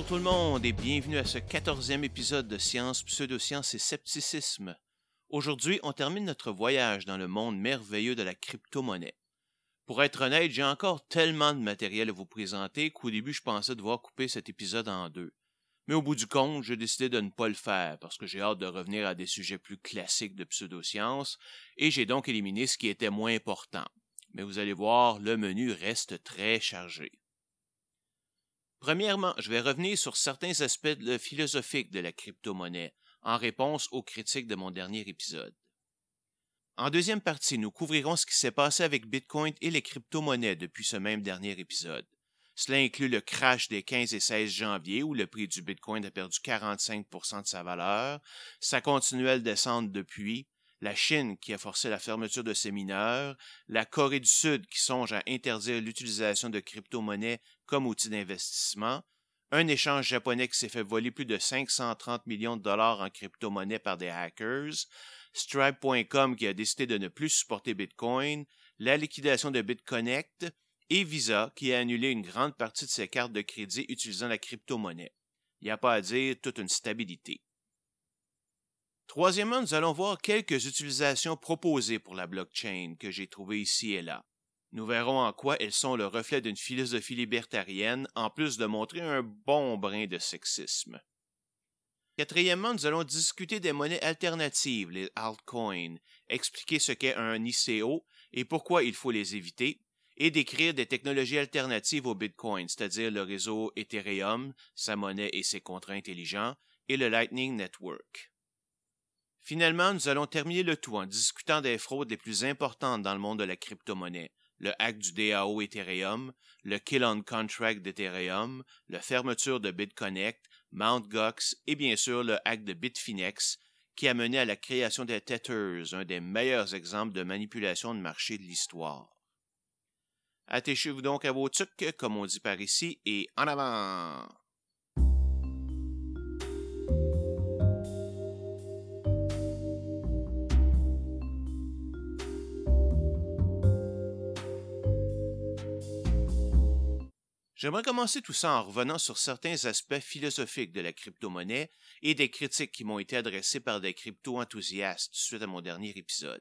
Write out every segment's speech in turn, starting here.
tout le monde et bienvenue à ce 14e épisode de Science, Pseudosciences et Scepticisme. Aujourd'hui, on termine notre voyage dans le monde merveilleux de la crypto-monnaie. Pour être honnête, j'ai encore tellement de matériel à vous présenter qu'au début, je pensais devoir couper cet épisode en deux. Mais au bout du compte, j'ai décidé de ne pas le faire parce que j'ai hâte de revenir à des sujets plus classiques de pseudosciences et j'ai donc éliminé ce qui était moins important. Mais vous allez voir, le menu reste très chargé. Premièrement, je vais revenir sur certains aspects philosophiques de la crypto-monnaie, en réponse aux critiques de mon dernier épisode. En deuxième partie, nous couvrirons ce qui s'est passé avec Bitcoin et les crypto-monnaies depuis ce même dernier épisode. Cela inclut le crash des 15 et 16 janvier où le prix du Bitcoin a perdu 45% de sa valeur, sa continuelle descente depuis, la Chine qui a forcé la fermeture de ses mineurs, la Corée du Sud qui songe à interdire l'utilisation de crypto-monnaies comme outil d'investissement, un échange japonais qui s'est fait voler plus de 530 millions de dollars en crypto-monnaies par des hackers, Stripe.com qui a décidé de ne plus supporter Bitcoin, la liquidation de BitConnect et Visa qui a annulé une grande partie de ses cartes de crédit utilisant la crypto-monnaie. Il n'y a pas à dire, toute une stabilité. Troisièmement, nous allons voir quelques utilisations proposées pour la blockchain que j'ai trouvées ici et là. Nous verrons en quoi elles sont le reflet d'une philosophie libertarienne, en plus de montrer un bon brin de sexisme. Quatrièmement, nous allons discuter des monnaies alternatives, les altcoins, expliquer ce qu'est un ICO et pourquoi il faut les éviter, et décrire des technologies alternatives au Bitcoin, c'est-à-dire le réseau Ethereum, sa monnaie et ses contrats intelligents, et le Lightning Network. Finalement, nous allons terminer le tout en discutant des fraudes les plus importantes dans le monde de la crypto-monnaie, le hack du DAO Ethereum, le kill-on contract d'Ethereum, la fermeture de BitConnect, Mt. Gox et bien sûr le hack de Bitfinex qui a mené à la création des Tethers, un des meilleurs exemples de manipulation de marché de l'histoire. Attachez-vous donc à vos tucs, comme on dit par ici, et en avant! J'aimerais commencer tout ça en revenant sur certains aspects philosophiques de la crypto-monnaie et des critiques qui m'ont été adressées par des crypto-enthousiastes suite à mon dernier épisode.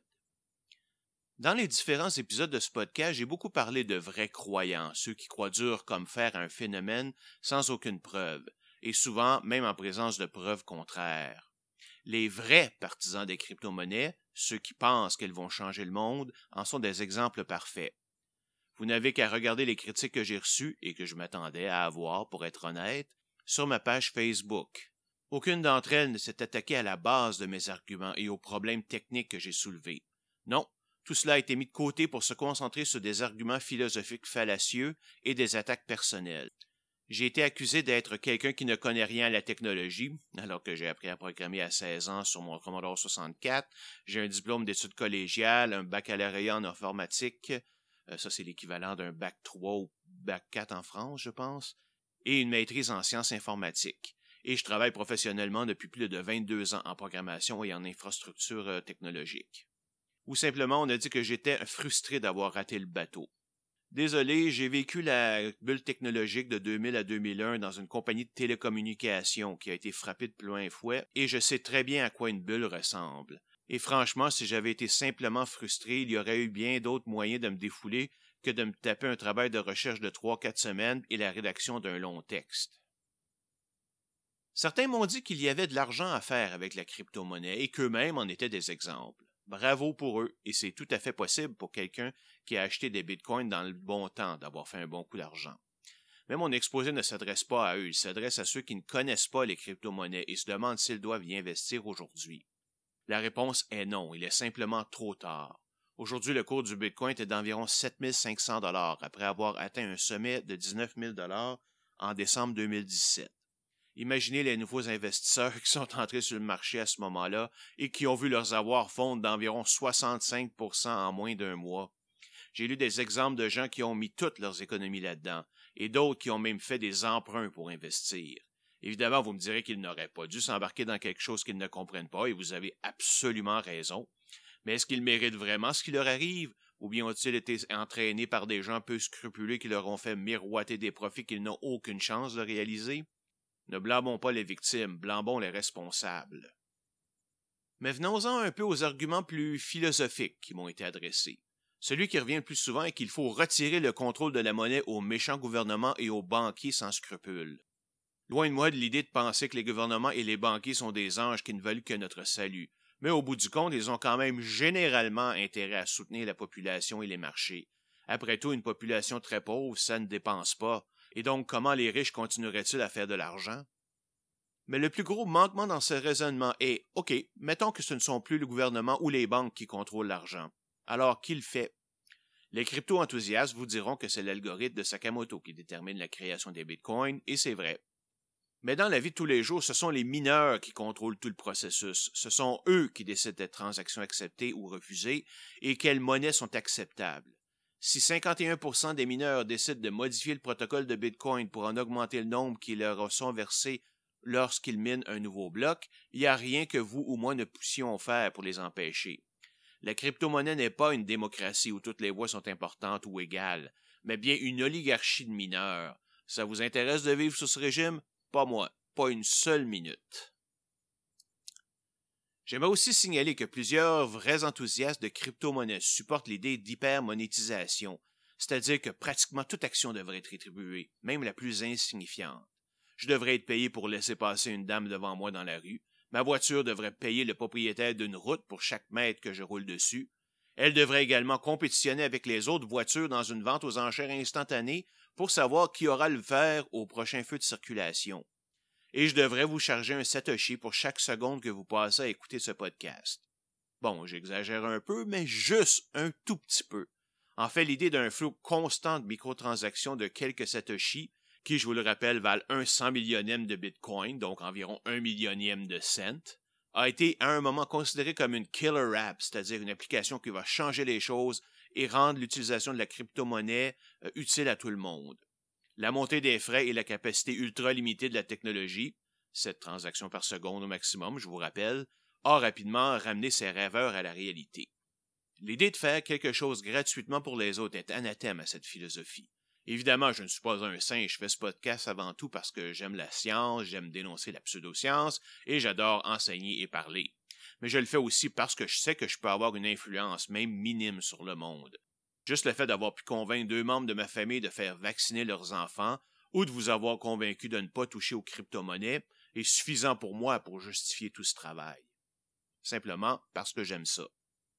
Dans les différents épisodes de ce podcast, j'ai beaucoup parlé de vrais croyants, ceux qui croient dur comme fer à un phénomène sans aucune preuve, et souvent même en présence de preuves contraires. Les vrais partisans des crypto-monnaies, ceux qui pensent qu'elles vont changer le monde, en sont des exemples parfaits. Vous n'avez qu'à regarder les critiques que j'ai reçues et que je m'attendais à avoir, pour être honnête, sur ma page Facebook. Aucune d'entre elles ne s'est attaquée à la base de mes arguments et aux problèmes techniques que j'ai soulevés. Non, tout cela a été mis de côté pour se concentrer sur des arguments philosophiques fallacieux et des attaques personnelles. J'ai été accusé d'être quelqu'un qui ne connaît rien à la technologie, alors que j'ai appris à programmer à 16 ans sur mon Commodore 64. J'ai un diplôme d'études collégiales, un baccalauréat en informatique. Ça, c'est l'équivalent d'un bac 3 ou bac 4 en France, je pense, et une maîtrise en sciences informatiques. Et je travaille professionnellement depuis plus de 22 ans en programmation et en infrastructure technologique. Ou simplement, on a dit que j'étais frustré d'avoir raté le bateau. Désolé, j'ai vécu la bulle technologique de 2000 à 2001 dans une compagnie de télécommunications qui a été frappée de plein fouet, et je sais très bien à quoi une bulle ressemble. Et franchement, si j'avais été simplement frustré, il y aurait eu bien d'autres moyens de me défouler que de me taper un travail de recherche de 3-4 semaines et la rédaction d'un long texte. Certains m'ont dit qu'il y avait de l'argent à faire avec la crypto-monnaie et qu'eux-mêmes en étaient des exemples. Bravo pour eux, et c'est tout à fait possible pour quelqu'un qui a acheté des bitcoins dans le bon temps d'avoir fait un bon coup d'argent. Mais mon exposé ne s'adresse pas à eux, il s'adresse à ceux qui ne connaissent pas les crypto-monnaies et se demandent s'ils doivent y investir aujourd'hui. La réponse est non, il est simplement trop tard. Aujourd'hui, le cours du Bitcoin est d'environ 7 500 $ après avoir atteint un sommet de 19 000 $ en décembre 2017. Imaginez les nouveaux investisseurs qui sont entrés sur le marché à ce moment-là et qui ont vu leurs avoirs fondre d'environ 65% en moins d'un mois. J'ai lu des exemples de gens qui ont mis toutes leurs économies là-dedans et d'autres qui ont même fait des emprunts pour investir. Évidemment, vous me direz qu'ils n'auraient pas dû s'embarquer dans quelque chose qu'ils ne comprennent pas, et vous avez absolument raison. Mais est-ce qu'ils méritent vraiment ce qui leur arrive, ou bien ont-ils été entraînés par des gens peu scrupuleux qui leur ont fait miroiter des profits qu'ils n'ont aucune chance de réaliser? Ne blâmons pas les victimes, blâmons les responsables. Mais venons-en un peu aux arguments plus philosophiques qui m'ont été adressés. Celui qui revient le plus souvent est qu'il faut retirer le contrôle de la monnaie aux méchants gouvernements et aux banquiers sans scrupules. Loin de moi de l'idée de penser que les gouvernements et les banquiers sont des anges qui ne veulent que notre salut, mais au bout du compte, ils ont quand même généralement intérêt à soutenir la population et les marchés. Après tout, une population très pauvre, ça ne dépense pas, et donc comment les riches continueraient-ils à faire de l'argent? Mais le plus gros manquement dans ce raisonnement est, OK, mettons que ce ne sont plus le gouvernement ou les banques qui contrôlent l'argent. Alors, qui le fait? Les crypto-enthousiastes vous diront que c'est l'algorithme de Sakamoto qui détermine la création des bitcoins, et c'est vrai. Mais dans la vie de tous les jours, ce sont les mineurs qui contrôlent tout le processus. Ce sont eux qui décident des transactions acceptées ou refusées et quelles monnaies sont acceptables. Si 51% des mineurs décident de modifier le protocole de Bitcoin pour en augmenter le nombre qui leur sont versés lorsqu'ils minent un nouveau bloc, il n'y a rien que vous ou moi ne puissions faire pour les empêcher. La crypto-monnaie n'est pas une démocratie où toutes les voix sont importantes ou égales, mais bien une oligarchie de mineurs. Ça vous intéresse de vivre sous ce régime? Pas moi, pas une seule minute. J'aimerais aussi signaler que plusieurs vrais enthousiastes de crypto-monnaie supportent l'idée d'hyper-monétisation, c'est-à-dire que pratiquement toute action devrait être rétribuée, même la plus insignifiante. Je devrais être payé pour laisser passer une dame devant moi dans la rue. Ma voiture devrait payer le propriétaire d'une route pour chaque mètre que je roule dessus. Elle devrait également compétitionner avec les autres voitures dans une vente aux enchères instantanées pour savoir qui aura le vert au prochain feu de circulation. Et je devrais vous charger un satoshi pour chaque seconde que vous passez à écouter ce podcast. Bon, j'exagère un peu, mais juste un tout petit peu. En fait, l'idée d'un flot constant de microtransactions de quelques satoshi, qui, je vous le rappelle, valent un 100 millionième de bitcoin, donc environ 1 millionième de cent, a été à un moment considéré comme une killer app, c'est-à-dire une application qui va changer les choses et rendre l'utilisation de la crypto-monnaie utile à tout le monde. La montée des frais et la capacité ultra limitée de la technologie, 7 transactions par seconde au maximum, je vous rappelle, a rapidement ramené ces rêveurs à la réalité. L'idée de faire quelque chose gratuitement pour les autres est anathème à cette philosophie. Évidemment, je ne suis pas un saint, je fais ce podcast avant tout parce que j'aime la science, j'aime dénoncer la pseudo-science et j'adore enseigner et parler. Mais je le fais aussi parce que je sais que je peux avoir une influence, même minime, sur le monde. Juste le fait d'avoir pu convaincre 2 membres de ma famille de faire vacciner leurs enfants ou de vous avoir convaincu de ne pas toucher aux crypto-monnaies est suffisant pour moi pour justifier tout ce travail. Simplement parce que j'aime ça.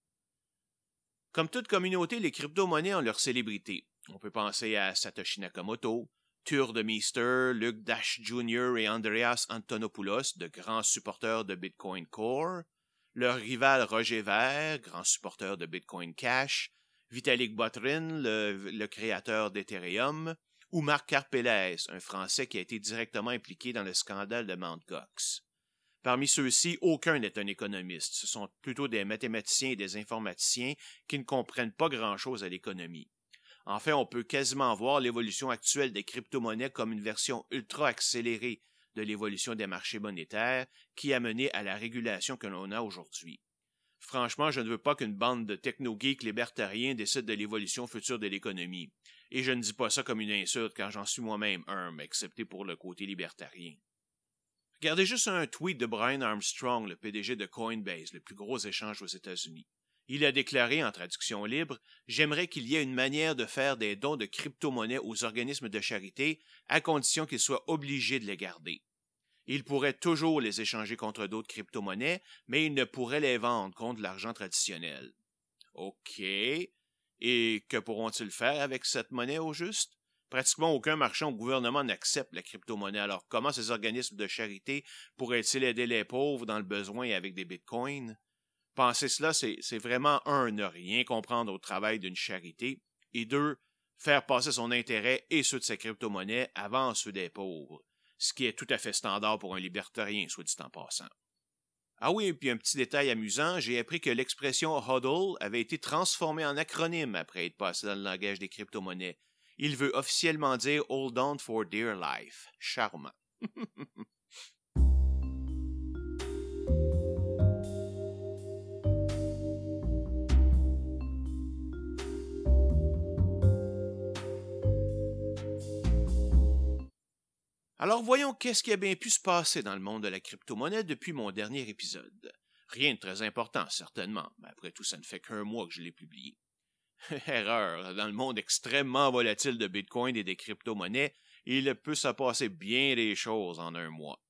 Comme toute communauté, les crypto-monnaies ont leur célébrité. On peut penser à Satoshi Nakamoto, Tuur Demeester, Luke Dash Jr. et Andreas Antonopoulos, de grands supporters de Bitcoin Core, leur rival Roger Ver, grand supporter de Bitcoin Cash, Vitalik Buterin, le créateur d'Ethereum, ou Marc Karpelès, un Français qui a été directement impliqué dans le scandale de Mt. Gox. Parmi ceux-ci, aucun n'est un économiste. Ce sont plutôt des mathématiciens et des informaticiens qui ne comprennent pas grand-chose à l'économie. En fait, on peut quasiment voir l'évolution actuelle des crypto-monnaies comme une version ultra accélérée de l'évolution des marchés monétaires qui a mené à la régulation que l'on a aujourd'hui. Franchement, je ne veux pas qu'une bande de techno-geeks libertariens décide de l'évolution future de l'économie. Et je ne dis pas ça comme une insulte car j'en suis moi-même un, excepté pour le côté libertarien. Regardez juste un tweet de Brian Armstrong, le PDG de Coinbase, le plus gros échange aux États-Unis. Il a déclaré en traduction libre « J'aimerais qu'il y ait une manière de faire des dons de crypto-monnaies aux organismes de charité à condition qu'ils soient obligés de les garder. Il pourrait toujours les échanger contre d'autres crypto-monnaies, mais il ne pourrait les vendre contre l'argent traditionnel. » OK. Et que pourront-ils faire avec cette monnaie au juste? Pratiquement aucun marchand ou gouvernement n'accepte la crypto-monnaie. Alors, comment ces organismes de charité pourraient-ils aider les pauvres dans le besoin avec des bitcoins? Penser cela, c'est vraiment ne rien comprendre au travail d'une charité, et 2, faire passer son intérêt et ceux de sa crypto-monnaie avant ceux des pauvres, ce qui est tout à fait standard pour un libertarien, soit dit en passant. Ah oui, et puis un petit détail amusant, j'ai appris que l'expression HODL avait été transformée en acronyme après être passée dans le langage des crypto-monnaies. Il veut officiellement dire « Hold on for dear life ». Charmant. Alors voyons qu'est-ce qui a bien pu se passer dans le monde de la crypto-monnaie depuis mon dernier épisode. Rien de très important, certainement, mais après tout, ça ne fait qu'un mois que je l'ai publié. Erreur, dans le monde extrêmement volatile de Bitcoin et des crypto-monnaies, il peut se passer bien des choses en un mois.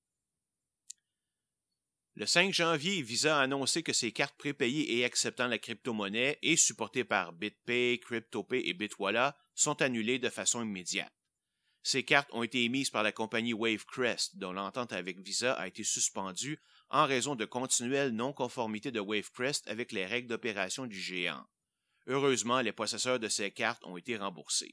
Le 5 janvier, Visa a annoncé que ses cartes prépayées et acceptant la crypto-monnaie et supportées par BitPay, CryptoPay et Bitwala sont annulées de façon immédiate. Ces cartes ont été émises par la compagnie Wavecrest, dont l'entente avec Visa a été suspendue en raison de continuelle non-conformité de Wavecrest avec les règles d'opération du géant. Heureusement, les possesseurs de ces cartes ont été remboursés.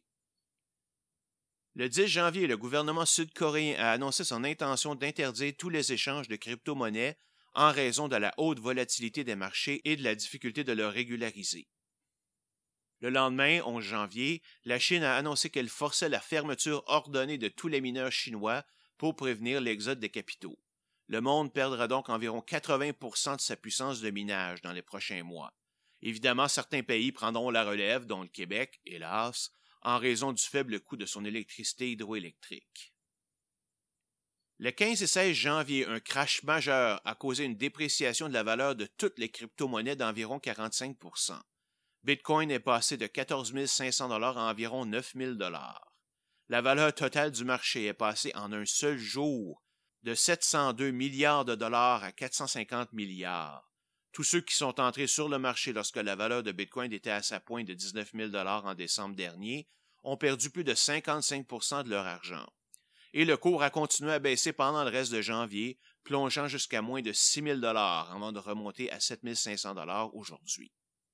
Le 10 janvier, le gouvernement sud-coréen a annoncé son intention d'interdire tous les échanges de crypto-monnaies en raison de la haute volatilité des marchés et de la difficulté de le régulariser. Le lendemain, 11 janvier, la Chine a annoncé qu'elle forçait la fermeture ordonnée de tous les mineurs chinois pour prévenir l'exode des capitaux. Le monde perdra donc environ 80% de sa puissance de minage dans les prochains mois. Évidemment, certains pays prendront la relève, dont le Québec, hélas, en raison du faible coût de son électricité hydroélectrique. Le 15 et 16 janvier, un crash majeur a causé une dépréciation de la valeur de toutes les crypto-monnaies d'environ 45%. Bitcoin est passé de 14 500 $ à environ 9 000 $. La valeur totale du marché est passée en un seul jour de 702 milliards de dollars à 450 milliards. Tous ceux qui sont entrés sur le marché lorsque la valeur de Bitcoin était à sa pointe de 19 000 $ en décembre dernier ont perdu plus de 55% de leur argent. Et le cours a continué à baisser pendant le reste de janvier, plongeant jusqu'à moins de 6 000 $ avant de remonter à 7 500 $ aujourd'hui.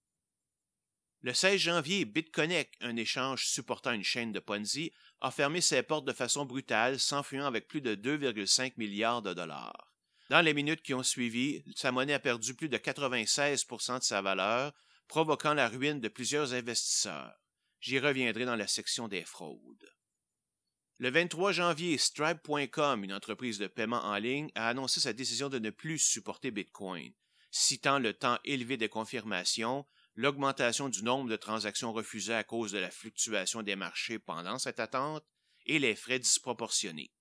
Le 16 janvier, BitConnect, un échange supportant une chaîne de Ponzi, a fermé ses portes de façon brutale, s'enfuyant avec plus de 2,5 milliards de dollars. Dans les minutes qui ont suivi, sa monnaie a perdu plus de 96% de sa valeur, provoquant la ruine de plusieurs investisseurs. J'y reviendrai dans la section des fraudes. Le 23 janvier, Stripe.com, une entreprise de paiement en ligne, a annoncé sa décision de ne plus supporter Bitcoin, citant le temps élevé des confirmations, l'augmentation du nombre de transactions refusées à cause de la fluctuation des marchés pendant cette attente et les frais disproportionnés.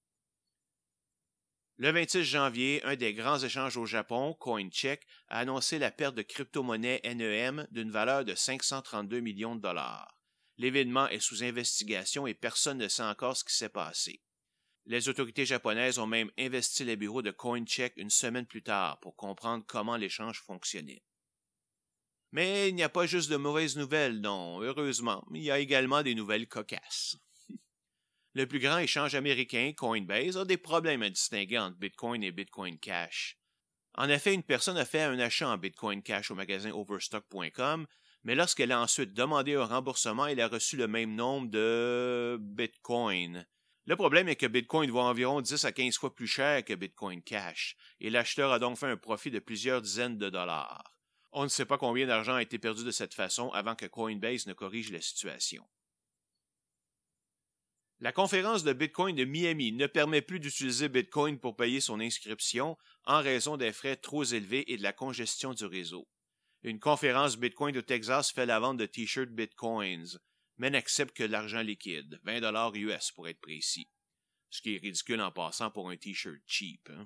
Le 26 janvier, un des grands échanges au Japon, CoinCheck, a annoncé la perte de crypto-monnaie NEM d'une valeur de 532 millions de dollars. L'événement est sous investigation et personne ne sait encore ce qui s'est passé. Les autorités japonaises ont même investi les bureaux de CoinCheck une semaine plus tard pour comprendre comment l'échange fonctionnait. Mais il n'y a pas juste de mauvaises nouvelles, non, heureusement, il y a également des nouvelles cocasses. Le plus grand échange américain, Coinbase, a des problèmes à distinguer entre Bitcoin et Bitcoin Cash. En effet, une personne a fait un achat en Bitcoin Cash au magasin Overstock.com, mais lorsqu'elle a ensuite demandé un remboursement, elle a reçu le même nombre de Bitcoin. Le problème est que Bitcoin vaut environ 10 à 15 fois plus cher que Bitcoin Cash, et l'acheteur a donc fait un profit de plusieurs dizaines de dollars. On ne sait pas combien d'argent a été perdu de cette façon avant que Coinbase ne corrige la situation. La conférence de Bitcoin de Miami ne permet plus d'utiliser Bitcoin pour payer son inscription en raison des frais trop élevés et de la congestion du réseau. Une conférence Bitcoin au Texas fait la vente de t-shirts Bitcoins, mais n'accepte que l'argent liquide, 20 $ US pour être précis. Ce qui est ridicule en passant pour un t-shirt cheap. Hein?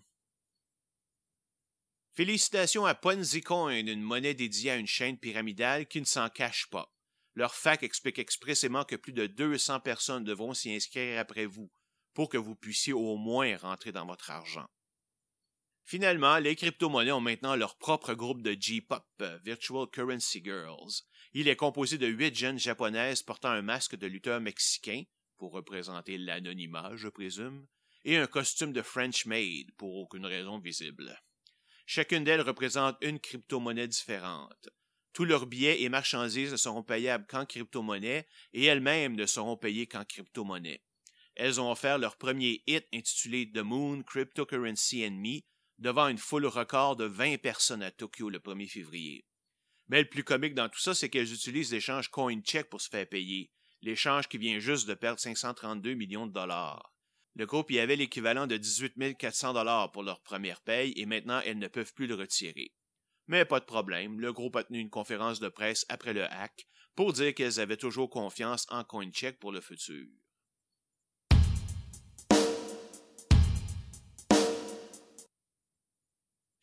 Félicitations à PonziCoin, une monnaie dédiée à une chaîne pyramidale qui ne s'en cache pas. Leur FAQ explique expressément que plus de 200 personnes devront s'y inscrire après vous pour que vous puissiez au moins rentrer dans votre argent. Finalement, les crypto-monnaies ont maintenant leur propre groupe de J-Pop, Virtual Currency Girls. Il est composé de 8 jeunes japonaises portant un masque de lutteur mexicain, pour représenter l'anonymat, je présume, et un costume de French Maid, pour aucune raison visible. Chacune d'elles représente une crypto-monnaie différente. Tous leurs billets et marchandises ne seront payables qu'en crypto-monnaie et elles-mêmes ne seront payées qu'en crypto-monnaie. Elles ont offert leur premier hit intitulé The Moon Cryptocurrency and Me devant une foule record de 20 personnes à Tokyo le 1er février. Mais le plus comique dans tout ça, c'est qu'elles utilisent l'échange CoinCheck pour se faire payer, l'échange qui vient juste de perdre 532 millions de dollars. Le groupe y avait l'équivalent de 18 400 $ pour leur première paye et maintenant elles ne peuvent plus le retirer. Mais pas de problème, le groupe a tenu une conférence de presse après le hack pour dire qu'elles avaient toujours confiance en CoinCheck pour le futur.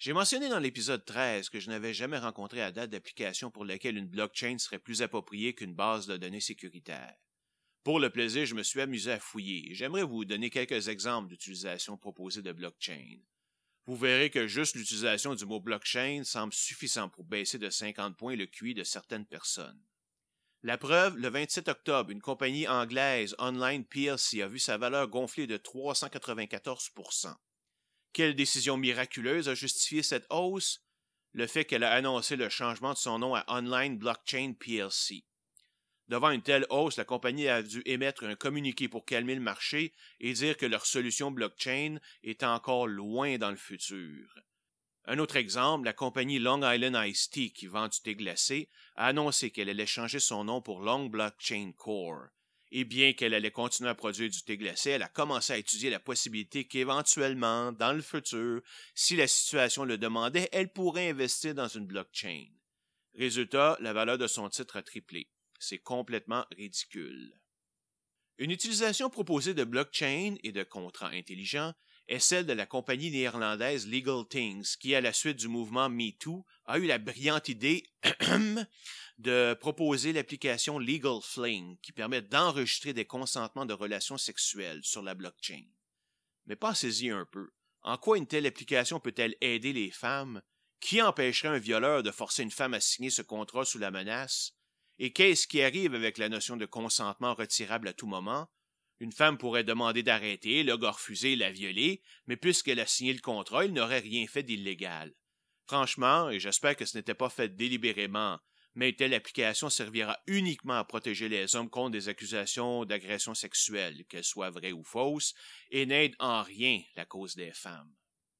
J'ai mentionné dans l'épisode 13 que je n'avais jamais rencontré à date d'application pour laquelle une blockchain serait plus appropriée qu'une base de données sécuritaire. Pour le plaisir, je me suis amusé à fouiller et j'aimerais vous donner quelques exemples d'utilisation proposée de blockchain. Vous verrez que juste l'utilisation du mot blockchain semble suffisant pour baisser de 50 points le QI de certaines personnes. La preuve, le 27 octobre, une compagnie anglaise, Online PLC, a vu sa valeur gonfler de 394%. Quelle décision miraculeuse a justifié cette hausse? Le fait qu'elle a annoncé le changement de son nom à Online Blockchain PLC. Devant une telle hausse, la compagnie a dû émettre un communiqué pour calmer le marché et dire que leur solution blockchain est encore loin dans le futur. Un autre exemple, la compagnie Long Island Iced Tea, qui vend du thé glacé, a annoncé qu'elle allait changer son nom pour Long Blockchain Core. Et bien qu'elle allait continuer à produire du thé glacé, elle a commencé à étudier la possibilité qu'éventuellement, dans le futur, si la situation le demandait, elle pourrait investir dans une blockchain. Résultat, la valeur de son titre a triplé. C'est complètement ridicule. Une utilisation proposée de blockchain et de contrats intelligents est celle de la compagnie néerlandaise Legal Things, qui, à la suite du mouvement MeToo, a eu la brillante idée de proposer l'application Legal Fling, qui permet d'enregistrer des consentements de relations sexuelles sur la blockchain. Mais pensez-y un peu. En quoi une telle application peut-elle aider les femmes? Qui empêcherait un violeur de forcer une femme à signer ce contrat sous la menace? Et qu'est-ce qui arrive avec la notion de consentement retirable à tout moment? Une femme pourrait demander d'arrêter, le gars refuser, la violer, mais puisqu'elle a signé le contrat, il n'aurait rien fait d'illégal. Franchement, et j'espère que ce n'était pas fait délibérément, mais une telle application servira uniquement à protéger les hommes contre des accusations d'agression sexuelle, qu'elles soient vraies ou fausses, et n'aide en rien la cause des femmes.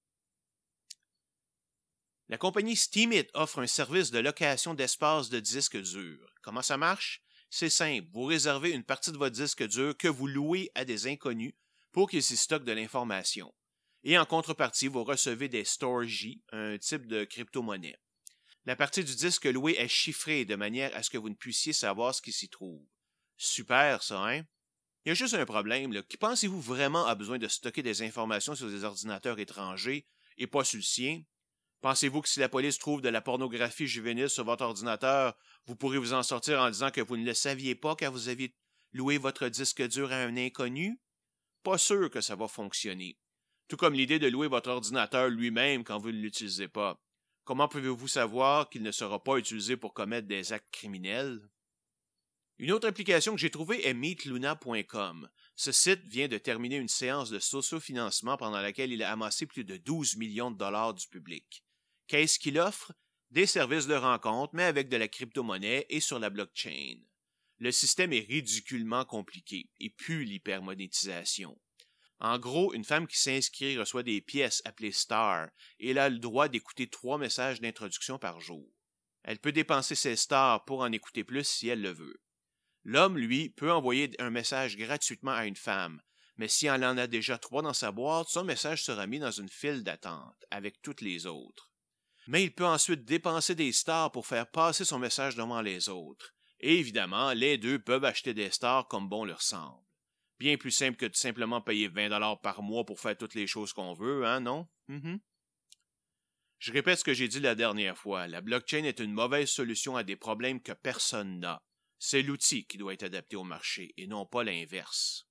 La compagnie Steemit offre un service de location d'espace de disques durs. Comment ça marche? C'est simple, vous réservez une partie de votre disque dur que vous louez à des inconnus pour qu'ils s'y stockent de l'information. Et en contrepartie, vous recevez des Storj, un type de crypto-monnaie. La partie du disque loué est chiffrée de manière à ce que vous ne puissiez savoir ce qui s'y trouve. Super, ça, hein? Il y a juste un problème, là. Qui pensez-vous vraiment a besoin de stocker des informations sur des ordinateurs étrangers et pas sur le sien? Pensez-vous que si la police trouve de la pornographie juvénile sur votre ordinateur, vous pourrez vous en sortir en disant que vous ne le saviez pas car vous aviez loué votre disque dur à un inconnu? Pas sûr que ça va fonctionner. Tout comme l'idée de louer votre ordinateur lui-même quand vous ne l'utilisez pas. Comment pouvez-vous savoir qu'il ne sera pas utilisé pour commettre des actes criminels? Une autre application que j'ai trouvée est meetluna.com. Ce site vient de terminer une séance de sociofinancement pendant laquelle il a amassé plus de 12 millions de dollars du public. Qu'est-ce qu'il offre? Des services de rencontre, mais avec de la crypto-monnaie et sur la blockchain. Le système est ridiculement compliqué et pue l'hypermonétisation. En gros, une femme qui s'inscrit reçoit des pièces appelées stars et elle a le droit d'écouter 3 messages d'introduction par jour. Elle peut dépenser ses stars pour en écouter plus si elle le veut. L'homme, lui, peut envoyer un message gratuitement à une femme, mais si elle en a déjà 3 dans sa boîte, son message sera mis dans une file d'attente avec toutes les autres. Mais il peut ensuite dépenser des stars pour faire passer son message devant les autres. Et évidemment, les deux peuvent acheter des stars comme bon leur semble. Bien plus simple que de simplement payer 20$ par mois pour faire toutes les choses qu'on veut, hein, non? Je répète ce que j'ai dit la dernière fois, la blockchain est une mauvaise solution à des problèmes que personne n'a. C'est l'outil qui doit être adapté au marché et non pas l'inverse.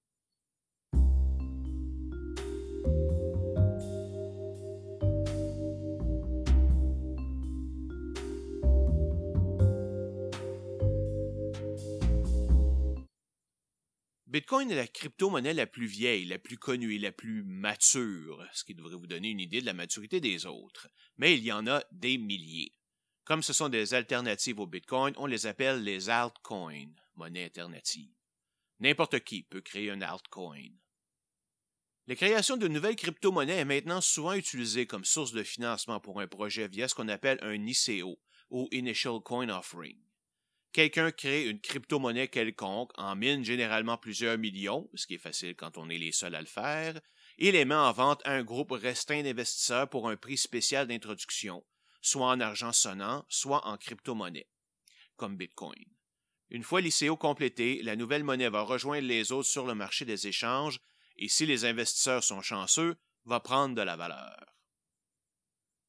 Bitcoin est la crypto-monnaie la plus vieille, la plus connue et la plus mature, ce qui devrait vous donner une idée de la maturité des autres. Mais il y en a des milliers. Comme ce sont des alternatives au Bitcoin, on les appelle les altcoins, monnaie alternative. N'importe qui peut créer un altcoin. La création de nouvelles crypto-monnaies est maintenant souvent utilisée comme source de financement pour un projet via ce qu'on appelle un ICO, ou Initial Coin Offering. Quelqu'un crée une crypto-monnaie quelconque, en mine généralement plusieurs millions, ce qui est facile quand on est les seuls à le faire, et les met en vente à un groupe restreint d'investisseurs pour un prix spécial d'introduction, soit en argent sonnant, soit en crypto-monnaie, comme Bitcoin. Une fois l'ICO complété, la nouvelle monnaie va rejoindre les autres sur le marché des échanges et si les investisseurs sont chanceux, va prendre de la valeur.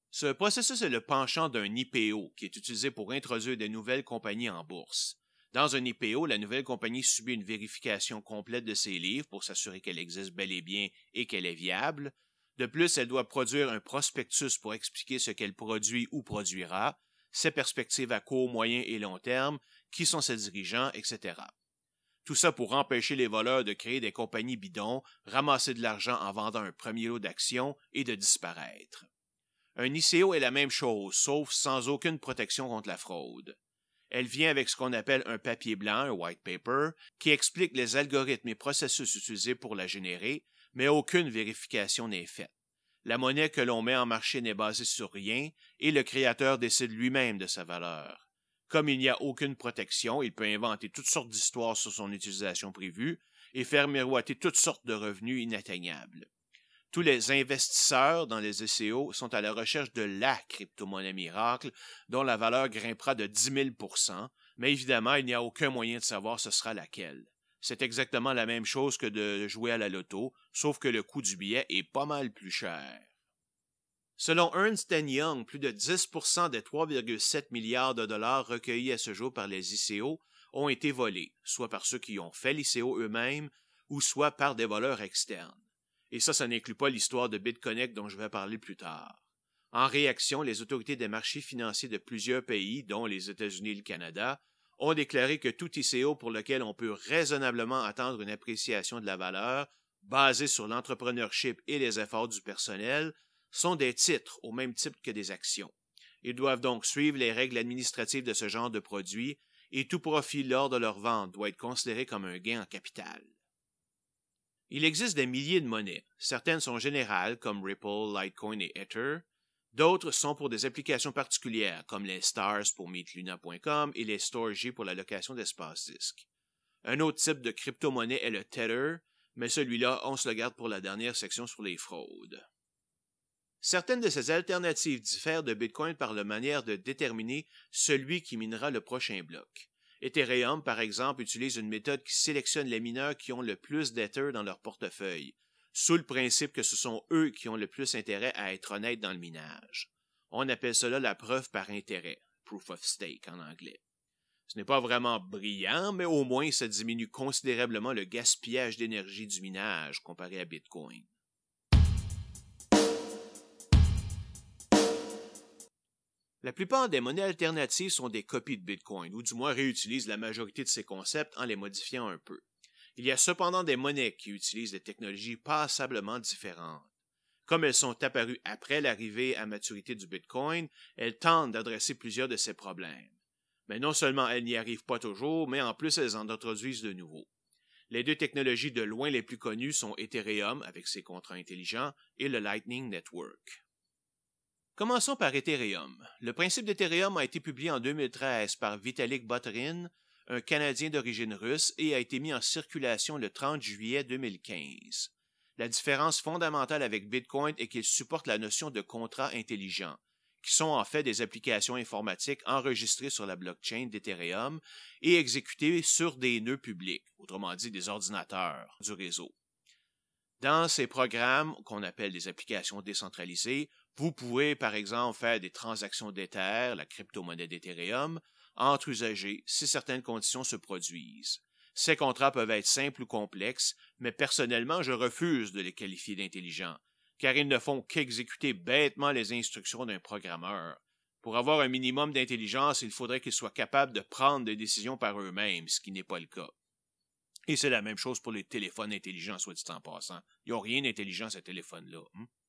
Ce processus est le penchant d'un IPO qui est utilisé pour introduire de nouvelles compagnies en bourse. Dans un IPO, la nouvelle compagnie subit une vérification complète de ses livres pour s'assurer qu'elle existe bel et bien et qu'elle est viable. De plus, elle doit produire un prospectus pour expliquer ce qu'elle produit ou produira, ses perspectives à court, moyen et long terme, qui sont ses dirigeants, etc. Tout ça pour empêcher les voleurs de créer des compagnies bidons, ramasser de l'argent en vendant un premier lot d'actions et de disparaître. Un ICO est la même chose, sauf sans aucune protection contre la fraude. Elle vient avec ce qu'on appelle un papier blanc, un white paper, qui explique les algorithmes et processus utilisés pour la générer, mais aucune vérification n'est faite. La monnaie que l'on met en marché n'est basée sur rien et le créateur décide lui-même de sa valeur. Comme il n'y a aucune protection, il peut inventer toutes sortes d'histoires sur son utilisation prévue et faire miroiter toutes sortes de revenus inatteignables. Tous les investisseurs dans les ICO sont à la recherche de la crypto-monnaie miracle dont la valeur grimpera de 10 000 %, mais évidemment, il n'y a aucun moyen de savoir ce sera laquelle. C'est exactement la même chose que de jouer à la loto, sauf que le coût du billet est pas mal plus cher. Selon Ernst & Young, plus de 10 % des 3,7 milliards de dollars recueillis à ce jour par les ICO ont été volés, soit par ceux qui ont fait l'ICO eux-mêmes ou soit par des voleurs externes. Et ça n'inclut pas l'histoire de BitConnect dont je vais parler plus tard. En réaction, les autorités des marchés financiers de plusieurs pays, dont les États-Unis et le Canada, ont déclaré que tout ICO pour lequel on peut raisonnablement attendre une appréciation de la valeur, basée sur l'entrepreneurship et les efforts du personnel, sont des titres au même type que des actions. Ils doivent donc suivre les règles administratives de ce genre de produits et tout profit lors de leur vente doit être considéré comme un gain en capital. Il existe des milliers de monnaies. Certaines sont générales, comme Ripple, Litecoin et Ether. D'autres sont pour des applications particulières, comme les Stars pour meetluna.com et les Storj pour la location d'espace disque. Un autre type de crypto-monnaie est le Tether, mais celui-là, on se le garde pour la dernière section sur les fraudes. Certaines de ces alternatives diffèrent de Bitcoin par la manière de déterminer celui qui minera le prochain bloc. Ethereum, par exemple, utilise une méthode qui sélectionne les mineurs qui ont le plus d'Ether dans leur portefeuille, sous le principe que ce sont eux qui ont le plus intérêt à être honnêtes dans le minage. On appelle cela la preuve par intérêt, proof of stake en anglais. Ce n'est pas vraiment brillant, mais au moins ça diminue considérablement le gaspillage d'énergie du minage comparé à Bitcoin. La plupart des monnaies alternatives sont des copies de Bitcoin, ou du moins réutilisent la majorité de ces concepts en les modifiant un peu. Il y a cependant des monnaies qui utilisent des technologies passablement différentes. Comme elles sont apparues après l'arrivée à maturité du Bitcoin, elles tentent d'adresser plusieurs de ces problèmes. Mais non seulement elles n'y arrivent pas toujours, mais en plus elles en introduisent de nouveaux. Les deux technologies de loin les plus connues sont Ethereum, avec ses contrats intelligents, et le Lightning Network. Commençons par Ethereum. Le principe d'Ethereum a été publié en 2013 par Vitalik Buterin, un Canadien d'origine russe, et a été mis en circulation le 30 juillet 2015. La différence fondamentale avec Bitcoin est qu'il supporte la notion de contrat intelligent, qui sont en fait des applications informatiques enregistrées sur la blockchain d'Ethereum et exécutées sur des nœuds publics, autrement dit des ordinateurs du réseau. Dans ces programmes, qu'on appelle des applications décentralisées, vous pouvez, par exemple, faire des transactions d'Ether, la crypto-monnaie d'Ethereum, entre usagers si certaines conditions se produisent. Ces contrats peuvent être simples ou complexes, mais personnellement, je refuse de les qualifier d'intelligents, car ils ne font qu'exécuter bêtement les instructions d'un programmeur. Pour avoir un minimum d'intelligence, il faudrait qu'ils soient capables de prendre des décisions par eux-mêmes, ce qui n'est pas le cas. Et c'est la même chose pour les téléphones intelligents, soit dit en passant. Ils n'ont rien d'intelligent, ces téléphones-là.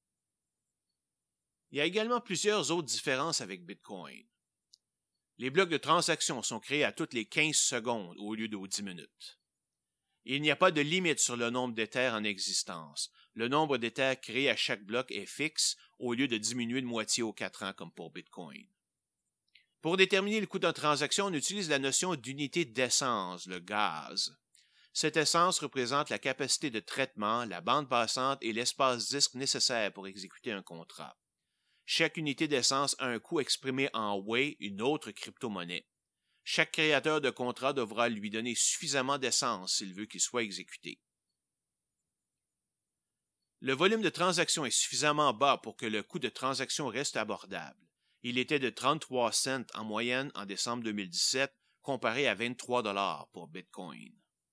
Il y a également plusieurs autres différences avec Bitcoin. Les blocs de transactions sont créés à toutes les 15 secondes au lieu de 10 minutes. Il n'y a pas de limite sur le nombre d'Ethers en existence. Le nombre d'Ethers créés à chaque bloc est fixe au lieu de diminuer de moitié aux 4 ans comme pour Bitcoin. Pour déterminer le coût d'une transaction, on utilise la notion d'unité d'essence, le gaz. Cette essence représente la capacité de traitement, la bande passante et l'espace disque nécessaire pour exécuter un contrat. Chaque unité d'essence a un coût exprimé en Wei, une autre crypto-monnaie. Chaque créateur de contrat devra lui donner suffisamment d'essence s'il veut qu'il soit exécuté. Le volume de transactions est suffisamment bas pour que le coût de transaction reste abordable. Il était de 33 cents en moyenne en décembre 2017, comparé à 23 $ pour Bitcoin.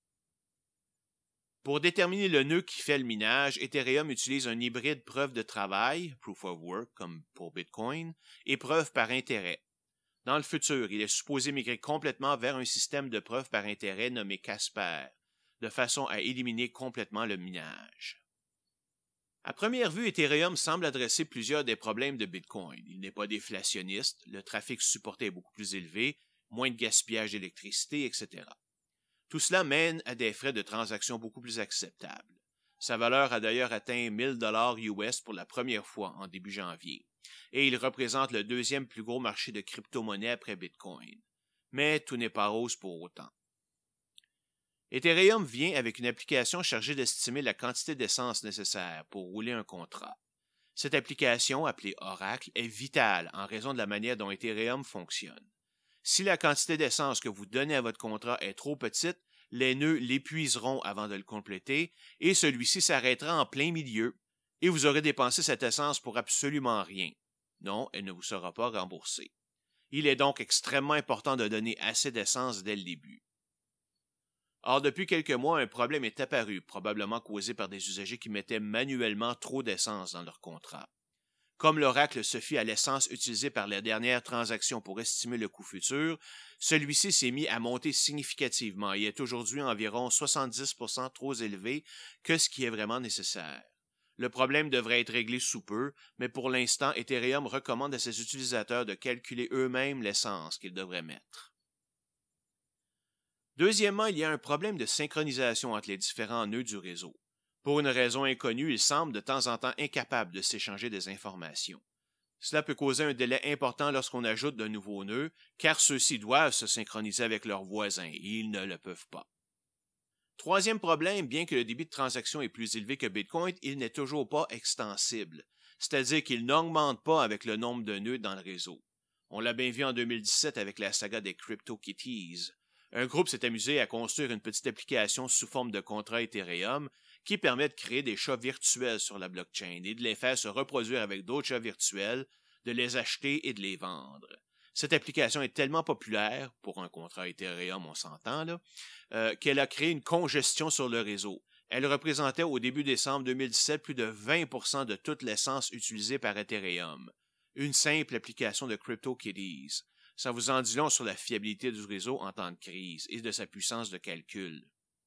Pour déterminer le nœud qui fait le minage, Ethereum utilise un hybride preuve de travail, proof of work comme pour Bitcoin, et preuve par intérêt. Dans le futur, il est supposé migrer complètement vers un système de preuve par intérêt nommé Casper, de façon à éliminer complètement le minage. À première vue, Ethereum semble adresser plusieurs des problèmes de Bitcoin. Il n'est pas déflationniste, le trafic supporté est beaucoup plus élevé, moins de gaspillage d'électricité, etc. Tout cela mène à des frais de transaction beaucoup plus acceptables. Sa valeur a d'ailleurs atteint 1000 $ US pour la première fois en début janvier, et il représente le deuxième plus gros marché de crypto-monnaie après Bitcoin. Mais tout n'est pas rose pour autant. Ethereum vient avec une application chargée d'estimer la quantité d'essence nécessaire pour rouler un contrat. Cette application, appelée Oracle, est vitale en raison de la manière dont Ethereum fonctionne. Si la quantité d'essence que vous donnez à votre contrat est trop petite, les nœuds l'épuiseront avant de le compléter et celui-ci s'arrêtera en plein milieu et vous aurez dépensé cette essence pour absolument rien. Non, elle ne vous sera pas remboursée. Il est donc extrêmement important de donner assez d'essence dès le début. Or, depuis quelques mois, un problème est apparu, probablement causé par des usagers qui mettaient manuellement trop d'essence dans leur contrat. Comme l'oracle se fie à l'essence utilisée par les dernières transactions pour estimer le coût futur, celui-ci s'est mis à monter significativement et est aujourd'hui environ 70% trop élevé que ce qui est vraiment nécessaire. Le problème devrait être réglé sous peu, mais pour l'instant, Ethereum recommande à ses utilisateurs de calculer eux-mêmes l'essence qu'ils devraient mettre. Deuxièmement, il y a un problème de synchronisation entre les différents nœuds du réseau. Pour une raison inconnue, ils semblent de temps en temps incapables de s'échanger des informations. Cela peut causer un délai important lorsqu'on ajoute de nouveaux nœuds, car ceux-ci doivent se synchroniser avec leurs voisins et ils ne le peuvent pas. Troisième problème, bien que le débit de transaction est plus élevé que Bitcoin, il n'est toujours pas extensible, c'est-à-dire qu'il n'augmente pas avec le nombre de nœuds dans le réseau. On l'a bien vu en 2017 avec la saga des CryptoKitties. Un groupe s'est amusé à construire une petite application sous forme de contrat Ethereum qui permet de créer des chats virtuels sur la blockchain et de les faire se reproduire avec d'autres chats virtuels, de les acheter et de les vendre. Cette application est tellement populaire, pour un contrat Ethereum, on s'entend là, qu'elle a créé une congestion sur le réseau. Elle représentait au début décembre 2017 plus de 20% de toute l'essence utilisée par Ethereum. Une simple application de CryptoKitties. Ça vous en dit long sur la fiabilité du réseau en temps de crise et de sa puissance de calcul.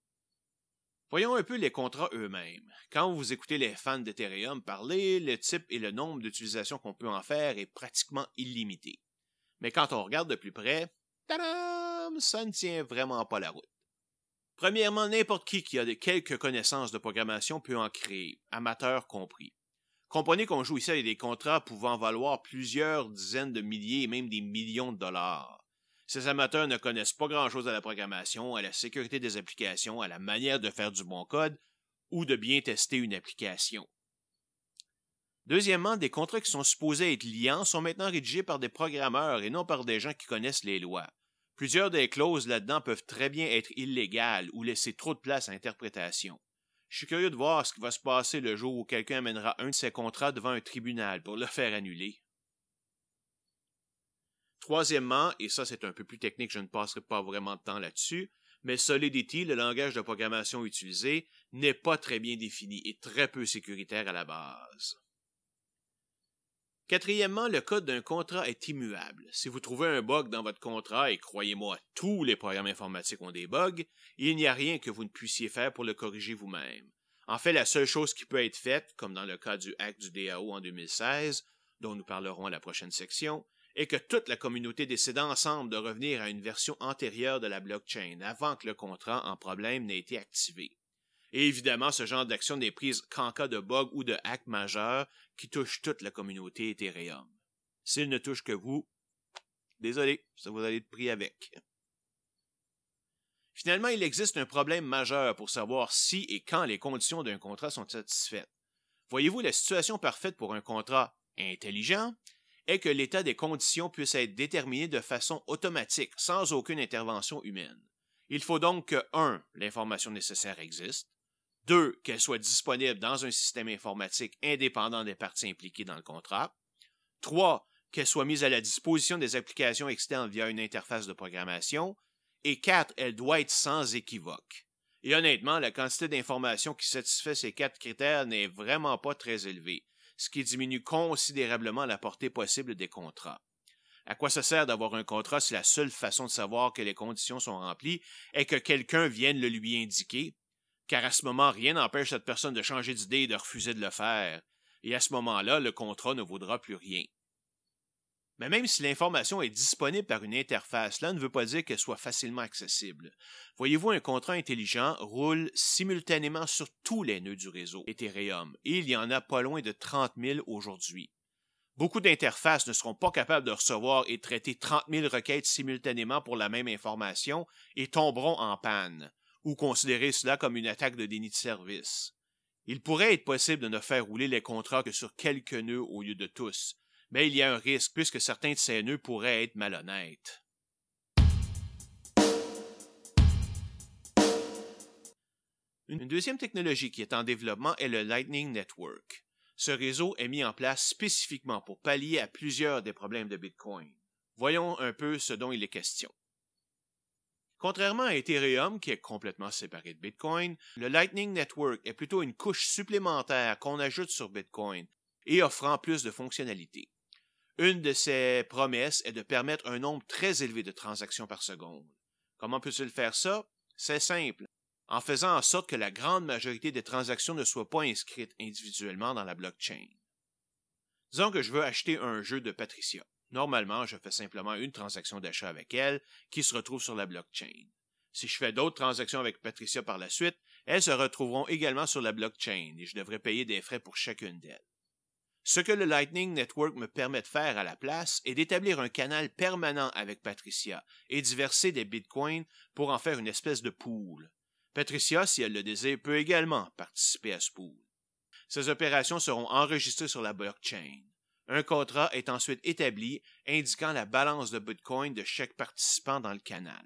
Voyons un peu les contrats eux-mêmes. Quand vous écoutez les fans d'Ethereum parler, le type et le nombre d'utilisations qu'on peut en faire est pratiquement illimité. Mais quand on regarde de plus près, tadam, ça ne tient vraiment pas la route. Premièrement, n'importe qui a quelques connaissances de programmation peut en créer, amateurs compris. Comprenez qu'on joue ici avec des contrats pouvant valoir plusieurs dizaines de milliers et même des millions de dollars. Ces amateurs ne connaissent pas grand-chose à la programmation, à la sécurité des applications, à la manière de faire du bon code ou de bien tester une application. Deuxièmement, des contrats qui sont supposés être liants sont maintenant rédigés par des programmeurs et non par des gens qui connaissent les lois. Plusieurs des clauses là-dedans peuvent très bien être illégales ou laisser trop de place à l'interprétation. Je suis curieux de voir ce qui va se passer le jour où quelqu'un amènera un de ces contrats devant un tribunal pour le faire annuler. Troisièmement, et ça c'est un peu plus technique, je ne passerai pas vraiment de temps là-dessus, mais Solidity, le langage de programmation utilisé, n'est pas très bien défini et très peu sécuritaire à la base. Quatrièmement, le code d'un contrat est immuable. Si vous trouvez un bug dans votre contrat, et croyez-moi, tous les programmes informatiques ont des bugs, il n'y a rien que vous ne puissiez faire pour le corriger vous-même. En fait, la seule chose qui peut être faite, comme dans le cas du hack du DAO en 2016, dont nous parlerons à la prochaine section, est que toute la communauté décide ensemble de revenir à une version antérieure de la blockchain avant que le contrat en problème n'ait été activé. Et évidemment, ce genre d'action n'est prise qu'en cas de bug ou de hack majeur qui touche toute la communauté Ethereum. S'il ne touche que vous, désolé, ça vous allez être pris avec. Finalement, il existe un problème majeur pour savoir si et quand les conditions d'un contrat sont satisfaites. Voyez-vous, la situation parfaite pour un contrat intelligent est que l'état des conditions puisse être déterminé de façon automatique, sans aucune intervention humaine. Il faut donc que 1. L'information nécessaire existe, 2, qu'elle soit disponible dans un système informatique indépendant des parties impliquées dans le contrat. 3, qu'elle soit mise à la disposition des applications externes via une interface de programmation. Et 4, elle doit être sans équivoque. Et honnêtement, la quantité d'informations qui satisfait ces 4 critères n'est vraiment pas très élevée, ce qui diminue considérablement la portée possible des contrats. À quoi ça sert d'avoir un contrat si la seule façon de savoir que les conditions sont remplies est que quelqu'un vienne le lui indiquer? Car à ce moment, rien n'empêche cette personne de changer d'idée et de refuser de le faire. Et à ce moment-là, le contrat ne vaudra plus rien. Mais même si l'information est disponible par une interface, cela ne veut pas dire qu'elle soit facilement accessible. Voyez-vous, un contrat intelligent roule simultanément sur tous les nœuds du réseau Ethereum, et il y en a pas loin de 30 000 aujourd'hui. Beaucoup d'interfaces ne seront pas capables de recevoir et traiter 30 000 requêtes simultanément pour la même information et tomberont en panne, ou considérer cela comme une attaque de déni de service. Il pourrait être possible de ne faire rouler les contrats que sur quelques nœuds au lieu de tous, mais il y a un risque puisque certains de ces nœuds pourraient être malhonnêtes. Une deuxième technologie qui est en développement est le Lightning Network. Ce réseau est mis en place spécifiquement pour pallier à plusieurs des problèmes de Bitcoin. Voyons un peu ce dont il est question. Contrairement à Ethereum, qui est complètement séparé de Bitcoin, le Lightning Network est plutôt une couche supplémentaire qu'on ajoute sur Bitcoin et offrant plus de fonctionnalités. Une de ses promesses est de permettre un nombre très élevé de transactions par seconde. Comment peut-il faire ça? C'est simple, en faisant en sorte que la grande majorité des transactions ne soient pas inscrites individuellement dans la blockchain. Disons que je veux acheter un jeu de Patricia. Normalement, je fais simplement une transaction d'achat avec elle qui se retrouve sur la blockchain. Si je fais d'autres transactions avec Patricia par la suite, elles se retrouveront également sur la blockchain et je devrais payer des frais pour chacune d'elles. Ce que le Lightning Network me permet de faire à la place est d'établir un canal permanent avec Patricia et d'y verser des bitcoins pour en faire une espèce de pool. Patricia, si elle le désire, peut également participer à ce pool. Ces opérations seront enregistrées sur la blockchain. Un contrat est ensuite établi indiquant la balance de bitcoin de chaque participant dans le canal.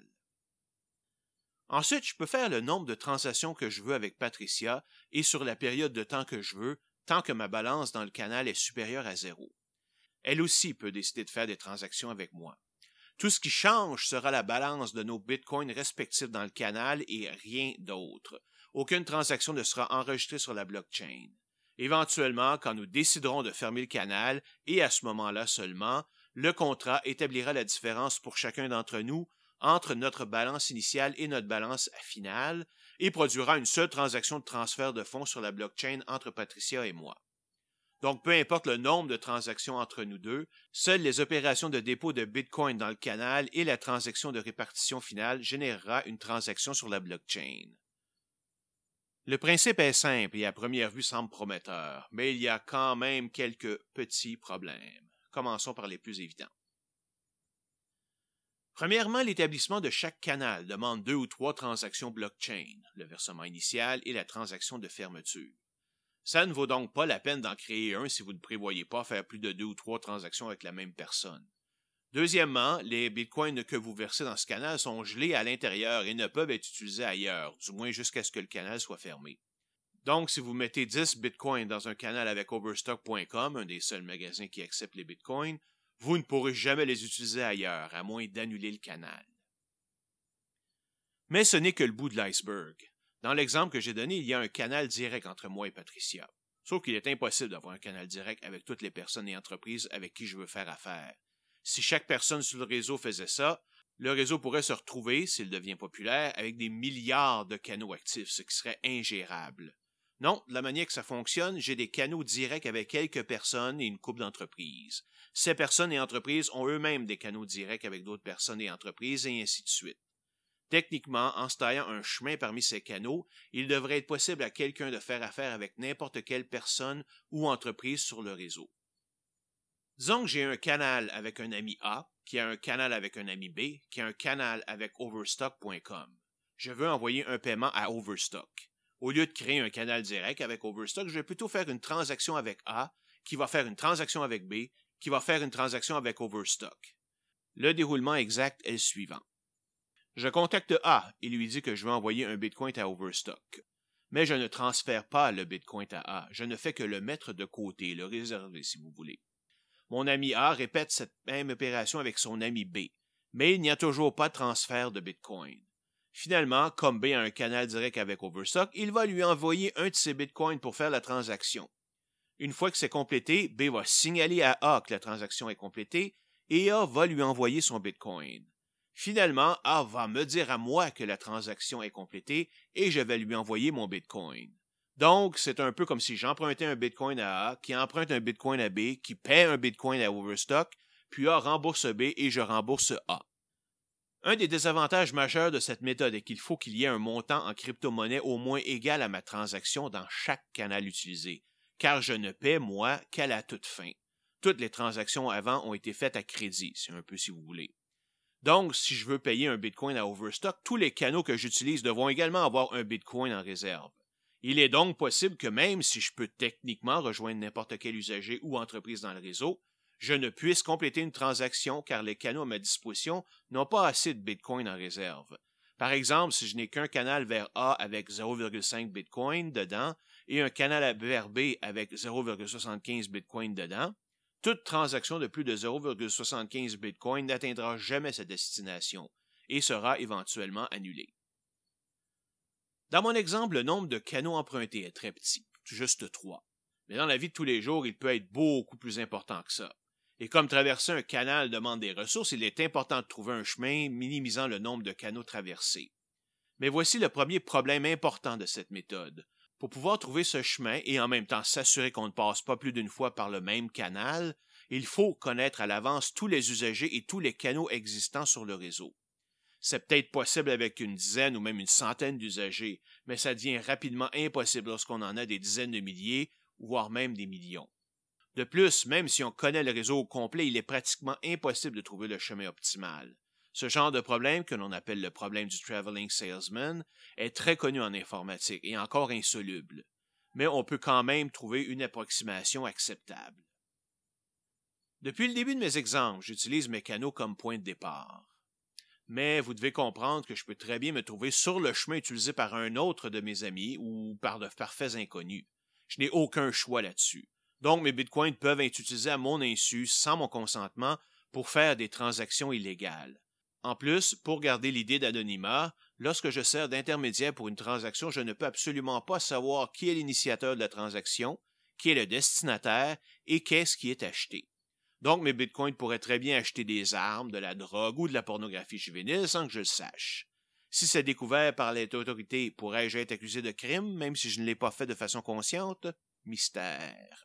Ensuite, je peux faire le nombre de transactions que je veux avec Patricia et sur la période de temps que je veux, tant que ma balance dans le canal est supérieure à 0. Elle aussi peut décider de faire des transactions avec moi. Tout ce qui change sera la balance de nos bitcoins respectifs dans le canal et rien d'autre. Aucune transaction ne sera enregistrée sur la blockchain. Éventuellement, quand nous déciderons de fermer le canal, et à ce moment-là seulement, le contrat établira la différence pour chacun d'entre nous entre notre balance initiale et notre balance finale et produira une seule transaction de transfert de fonds sur la blockchain entre Patricia et moi. Donc, peu importe le nombre de transactions entre nous deux, seules les opérations de dépôt de Bitcoin dans le canal et la transaction de répartition finale générera une transaction sur la blockchain. Le principe est simple et à première vue semble prometteur, mais il y a quand même quelques petits problèmes. Commençons par les plus évidents. Premièrement, l'établissement de chaque canal demande 2 ou 3 transactions blockchain, le versement initial et la transaction de fermeture. Ça ne vaut donc pas la peine d'en créer un si vous ne prévoyez pas faire plus de 2 ou 3 transactions avec la même personne. Deuxièmement, les bitcoins que vous versez dans ce canal sont gelés à l'intérieur et ne peuvent être utilisés ailleurs, du moins jusqu'à ce que le canal soit fermé. Donc, si vous mettez 10 bitcoins dans un canal avec Overstock.com, un des seuls magasins qui accepte les bitcoins, vous ne pourrez jamais les utiliser ailleurs, à moins d'annuler le canal. Mais ce n'est que le bout de l'iceberg. Dans l'exemple que j'ai donné, il y a un canal direct entre moi et Patricia. Sauf qu'il est impossible d'avoir un canal direct avec toutes les personnes et entreprises avec qui je veux faire affaire. Si chaque personne sur le réseau faisait ça, le réseau pourrait se retrouver, s'il devient populaire, avec des milliards de canaux actifs, ce qui serait ingérable. Non, de la manière que ça fonctionne, j'ai des canaux directs avec quelques personnes et une couple d'entreprises. Ces personnes et entreprises ont eux-mêmes des canaux directs avec d'autres personnes et entreprises, et ainsi de suite. Techniquement, en se taillant un chemin parmi ces canaux, il devrait être possible à quelqu'un de faire affaire avec n'importe quelle personne ou entreprise sur le réseau. Disons que j'ai un canal avec un ami A, qui a un canal avec un ami B, qui a un canal avec Overstock.com. Je veux envoyer un paiement à Overstock. Au lieu de créer un canal direct avec Overstock, je vais plutôt faire une transaction avec A, qui va faire une transaction avec B, qui va faire une transaction avec Overstock. Le déroulement exact est le suivant. Je contacte A et lui dis que je veux envoyer un Bitcoin à Overstock. mais je ne transfère pas le Bitcoin à A. Je ne fais que le mettre de côté, le réserver si vous voulez. Mon ami A répète cette même opération avec son ami B, mais il n'y a toujours pas de transfert de Bitcoin. Finalement, comme B a un canal direct avec Overstock, il va lui envoyer un de ses Bitcoins pour faire la transaction. Une fois que c'est complété, B va signaler à A que la transaction est complétée et A va lui envoyer son Bitcoin. Finalement, A va me dire à moi que la transaction est complétée et je vais lui envoyer mon Bitcoin. Donc, c'est un peu comme si j'empruntais un Bitcoin à A, qui emprunte un Bitcoin à B, qui paie un Bitcoin à Overstock, puis A rembourse B et je rembourse A. Un des désavantages majeurs de cette méthode est qu'il faut qu'il y ait un montant en crypto-monnaie au moins égal à ma transaction dans chaque canal utilisé, car je ne paie, moi, qu'à la toute fin. Toutes les transactions avant ont été faites à crédit, c'est un peu si vous voulez. Donc, si je veux payer un Bitcoin à Overstock, tous les canaux que j'utilise devront également avoir un Bitcoin en réserve. Il est donc possible que même si je peux techniquement rejoindre n'importe quel usager ou entreprise dans le réseau, je ne puisse compléter une transaction car les canaux à ma disposition n'ont pas assez de Bitcoin en réserve. Par exemple, si je n'ai qu'un canal vers A avec 0,5 Bitcoin dedans et un canal vers B avec 0,75 Bitcoin dedans, toute transaction de plus de 0,75 Bitcoin n'atteindra jamais sa destination et sera éventuellement annulée. Dans mon exemple, le nombre de canaux empruntés est très petit, juste 3. Mais dans la vie de tous les jours, il peut être beaucoup plus important que ça. Et comme traverser un canal demande des ressources, il est important de trouver un chemin minimisant le nombre de canaux traversés. Mais voici le premier problème important de cette méthode. Pour pouvoir trouver ce chemin et en même temps s'assurer qu'on ne passe pas plus d'une fois par le même canal, il faut connaître à l'avance tous les usagers et tous les canaux existants sur le réseau. C'est peut-être possible avec une dizaine ou même une centaine d'usagers, mais ça devient rapidement impossible lorsqu'on en a des dizaines de milliers, voire même des millions. De plus, même si on connaît le réseau au complet, il est pratiquement impossible de trouver le chemin optimal. Ce genre de problème, que l'on appelle le problème du traveling salesman, est très connu en informatique et encore insoluble. Mais on peut quand même trouver une approximation acceptable. Depuis le début de mes exemples, j'utilise mes canaux comme point de départ. Mais vous devez comprendre que je peux très bien me trouver sur le chemin utilisé par un autre de mes amis ou par de parfaits inconnus. Je n'ai aucun choix là-dessus. Donc mes bitcoins peuvent être utilisés à mon insu, sans mon consentement, pour faire des transactions illégales. En plus, pour garder l'idée d'anonymat, lorsque je sers d'intermédiaire pour une transaction, je ne peux absolument pas savoir qui est l'initiateur de la transaction, qui est le destinataire et qu'est-ce qui est acheté. Donc, mes bitcoins pourraient très bien acheter des armes, de la drogue ou de la pornographie juvénile sans que je le sache. Si c'est découvert par les autorités, pourrais-je être accusé de crime, même si je ne l'ai pas fait de façon consciente? Mystère.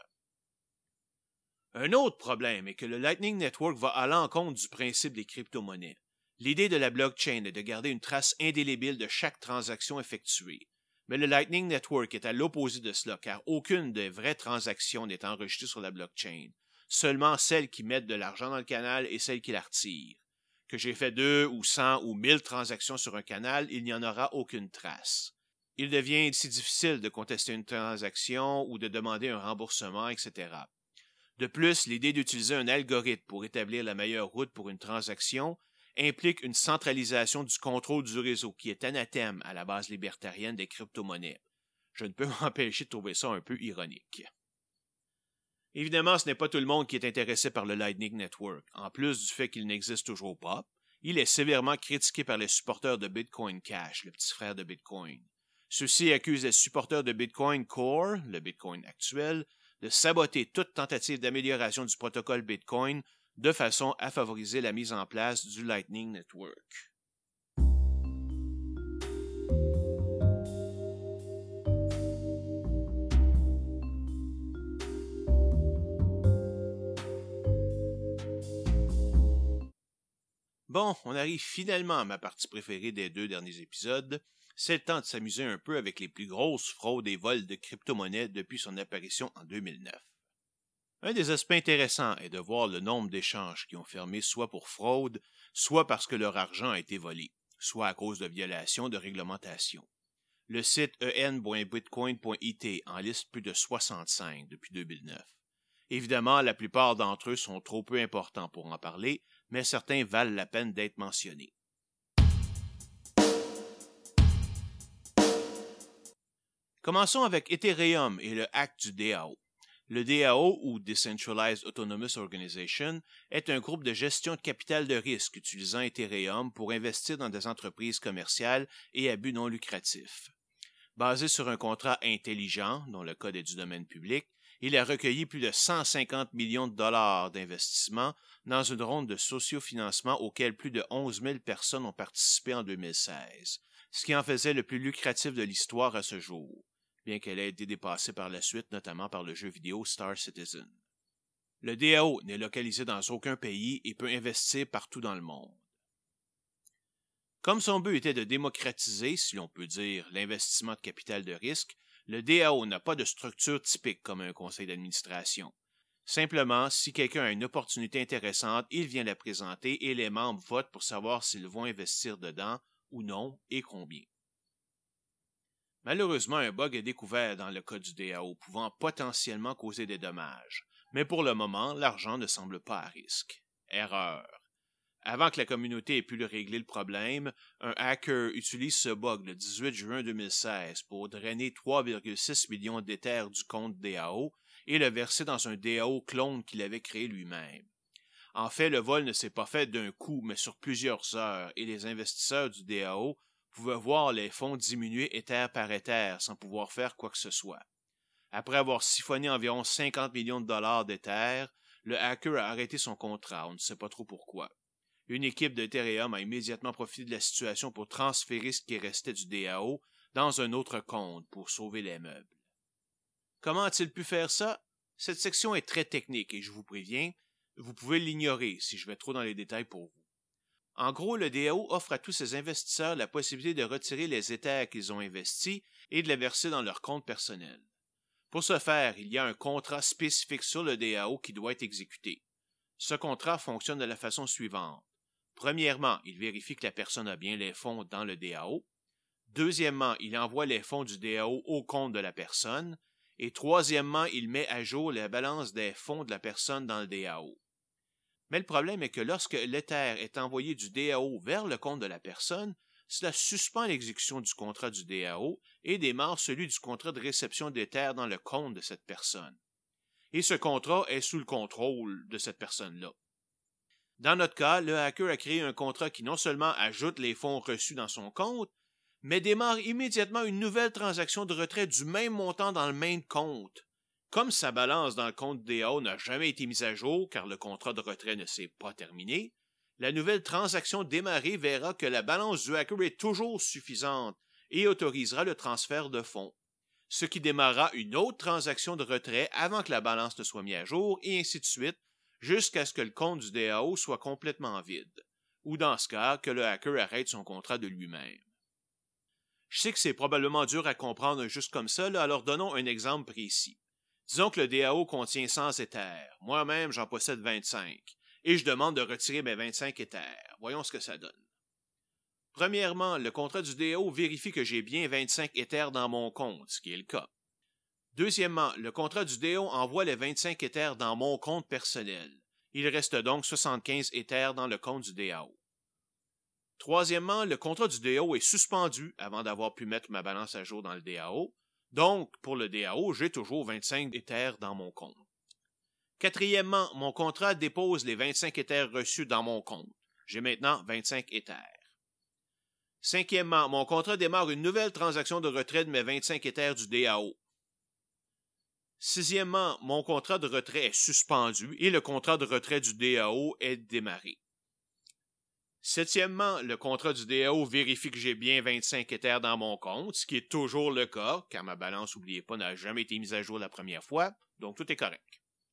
Un autre problème est que le Lightning Network va à l'encontre du principe des crypto-monnaies. L'idée de la blockchain est de garder une trace indélébile de chaque transaction effectuée. Mais le Lightning Network est à l'opposé de cela, car aucune des vraies transactions n'est enregistrée sur la blockchain. Seulement celles qui mettent de l'argent dans le canal et celles qui la retirent. Que j'ai fait 2 ou 100 ou 1000 transactions sur un canal, il n'y en aura aucune trace. Il devient si difficile de contester une transaction ou de demander un remboursement, etc. De plus, l'idée d'utiliser un algorithme pour établir la meilleure route pour une transaction implique une centralisation du contrôle du réseau qui est anathème à la base libertarienne des crypto-monnaies. Je ne peux m'empêcher de trouver ça un peu ironique. Évidemment, ce n'est pas tout le monde qui est intéressé par le Lightning Network. En plus du fait qu'il n'existe toujours pas, il est sévèrement critiqué par les supporters de Bitcoin Cash, le petit frère de Bitcoin. Ceux-ci accusent les supporters de Bitcoin Core, le Bitcoin actuel, de saboter toute tentative d'amélioration du protocole Bitcoin de façon à favoriser la mise en place du Lightning Network. Bon, on arrive finalement à ma partie préférée des 2 derniers épisodes. C'est le temps de s'amuser un peu avec les plus grosses fraudes et vols de crypto-monnaies depuis son apparition en 2009. Un des aspects intéressants est de voir le nombre d'échanges qui ont fermé soit pour fraude, soit parce que leur argent a été volé, soit à cause de violations de réglementation. Le site en.bitcoin.it en liste plus de 65 depuis 2009. Évidemment, la plupart d'entre eux sont trop peu importants pour en parler, mais certains valent la peine d'être mentionnés. Commençons avec Ethereum et le hack du DAO. Le DAO, ou Decentralized Autonomous Organization, est un groupe de gestion de capital de risque utilisant Ethereum pour investir dans des entreprises commerciales et à but non lucratif. Basé sur un contrat intelligent, dont le code est du domaine public, il a recueilli plus de 150 millions de dollars d'investissement dans une ronde de sociofinancement auquel plus de 11 000 personnes ont participé en 2016, ce qui en faisait le plus lucratif de l'histoire à ce jour, bien qu'elle ait été dépassée par la suite, notamment par le jeu vidéo Star Citizen. Le DAO n'est localisé dans aucun pays et peut investir partout dans le monde. Comme son but était de démocratiser, si l'on peut dire, l'investissement de capital de risque, le DAO n'a pas de structure typique comme un conseil d'administration. Simplement, si quelqu'un a une opportunité intéressante, il vient la présenter et les membres votent pour savoir s'ils vont investir dedans ou non et combien. Malheureusement, un bug est découvert dans le cas du DAO, pouvant potentiellement causer des dommages. Mais pour le moment, l'argent ne semble pas à risque. Erreur. Avant que la communauté ait pu régler le problème, un hacker utilise ce bug le 18 juin 2016 pour drainer 3,6 millions d'Ethers du compte DAO et le verser dans un DAO clone qu'il avait créé lui-même. En fait, le vol ne s'est pas fait d'un coup, mais sur plusieurs heures, et les investisseurs du DAO pouvaient voir les fonds diminuer Ether par Ether sans pouvoir faire quoi que ce soit. Après avoir siphonné environ 50 millions de dollars d'Ether, le hacker a arrêté son contrat, on ne sait pas trop pourquoi. Une équipe d'Ethereum a immédiatement profité de la situation pour transférer ce qui restait du DAO dans un autre compte pour sauver les meubles. Comment a-t-il pu faire ça? Cette section est très technique et je vous préviens, vous pouvez l'ignorer si je vais trop dans les détails pour vous. En gros, le DAO offre à tous ses investisseurs la possibilité de retirer les Ethers qu'ils ont investis et de les verser dans leur compte personnel. Pour ce faire, il y a un contrat spécifique sur le DAO qui doit être exécuté. Ce contrat fonctionne de la façon suivante. Premièrement, il vérifie que la personne a bien les fonds dans le DAO. Deuxièmement, il envoie les fonds du DAO au compte de la personne. Et troisièmement, il met à jour la balance des fonds de la personne dans le DAO. Mais le problème est que lorsque l'Ether est envoyé du DAO vers le compte de la personne, cela suspend l'exécution du contrat du DAO et démarre celui du contrat de réception d'Ether dans le compte de cette personne. Et ce contrat est sous le contrôle de cette personne-là. Dans notre cas, le hacker a créé un contrat qui non seulement ajoute les fonds reçus dans son compte, mais démarre immédiatement une nouvelle transaction de retrait du même montant dans le même compte. Comme sa balance dans le compte DAO n'a jamais été mise à jour car le contrat de retrait ne s'est pas terminé, la nouvelle transaction démarrée verra que la balance du hacker est toujours suffisante et autorisera le transfert de fonds, ce qui démarrera une autre transaction de retrait avant que la balance ne soit mise à jour et ainsi de suite, jusqu'à ce que le compte du DAO soit complètement vide, ou dans ce cas, que le hacker arrête son contrat de lui-même. Je sais que c'est probablement dur à comprendre juste comme ça, alors donnons un exemple précis. Disons que le DAO contient 100 Ethers. Moi-même, j'en possède 25. Et je demande de retirer mes 25 Ethers. Voyons ce que ça donne. Premièrement, le contrat du DAO vérifie que j'ai bien 25 Ethers dans mon compte, ce qui est le cas. Deuxièmement, le contrat du DAO envoie les 25 Ethers dans mon compte personnel. Il reste donc 75 Ethers dans le compte du DAO. Troisièmement, le contrat du DAO est suspendu avant d'avoir pu mettre ma balance à jour dans le DAO. Donc, pour le DAO, j'ai toujours 25 Ethers dans mon compte. Quatrièmement, mon contrat dépose les 25 Ethers reçus dans mon compte. J'ai maintenant 25 Ethers. Cinquièmement, mon contrat démarre une nouvelle transaction de retrait de mes 25 Ethers du DAO. Sixièmement, mon contrat de retrait est suspendu et le contrat de retrait du DAO est démarré. Septièmement, le contrat du DAO vérifie que j'ai bien 25 Ethers dans mon compte, ce qui est toujours le cas, car ma balance, n'oubliez pas, n'a jamais été mise à jour la première fois, donc tout est correct.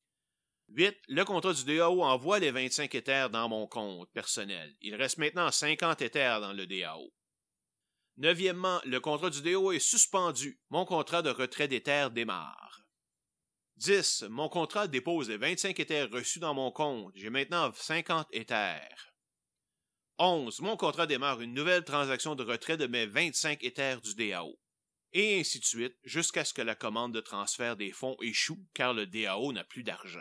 8. Le contrat du DAO envoie les 25 Ethers dans mon compte personnel. Il reste maintenant 50 Ethers dans le DAO. Neuvièmement, le contrat du DAO est suspendu. Mon contrat de retrait d'Ethers démarre. 10. Mon contrat dépose les 25 Ethers reçus dans mon compte. J'ai maintenant 50 Ethers. 11. Mon contrat démarre une nouvelle transaction de retrait de mes 25 Ethers du DAO. Et ainsi de suite, jusqu'à ce que la commande de transfert des fonds échoue, car le DAO n'a plus d'argent.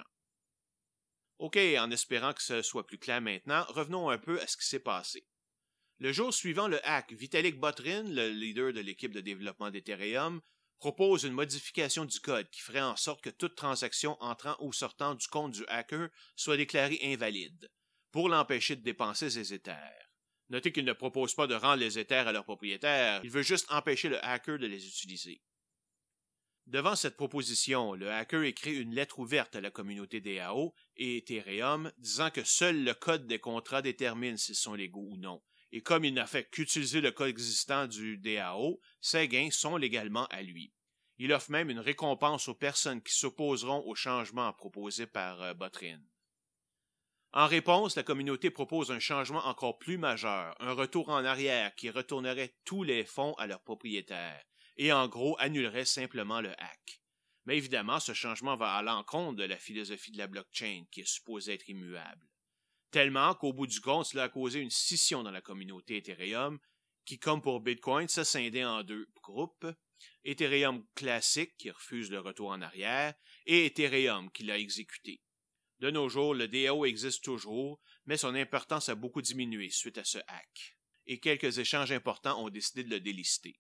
OK, en espérant que ce soit plus clair maintenant, revenons un peu à ce qui s'est passé. Le jour suivant le hack, Vitalik Buterin, le leader de l'équipe de développement d'Ethereum, propose une modification du code qui ferait en sorte que toute transaction entrant ou sortant du compte du hacker soit déclarée invalide, pour l'empêcher de dépenser ses Ethers. Notez qu'il ne propose pas de rendre les Ethers à leurs propriétaires, il veut juste empêcher le hacker de les utiliser. Devant cette proposition, le hacker écrit une lettre ouverte à la communauté DAO et Ethereum disant que seul le code des contrats détermine s'ils sont légaux ou non, et comme il n'a fait qu'utiliser le code existant du DAO, ses gains sont légalement à lui. Il offre même une récompense aux personnes qui s'opposeront au changement proposé par Botrin. En réponse, la communauté propose un changement encore plus majeur, un retour en arrière qui retournerait tous les fonds à leurs propriétaires, et en gros annulerait simplement le hack. Mais évidemment, ce changement va à l'encontre de la philosophie de la blockchain qui est supposée être immuable. Tellement qu'au bout du compte, cela a causé une scission dans la communauté Ethereum qui, comme pour Bitcoin, s'est scindée en deux groupes, Ethereum classique qui refuse le retour en arrière et Ethereum qui l'a exécuté. De nos jours, le DAO existe toujours, mais son importance a beaucoup diminué suite à ce hack, et quelques échanges importants ont décidé de le délister.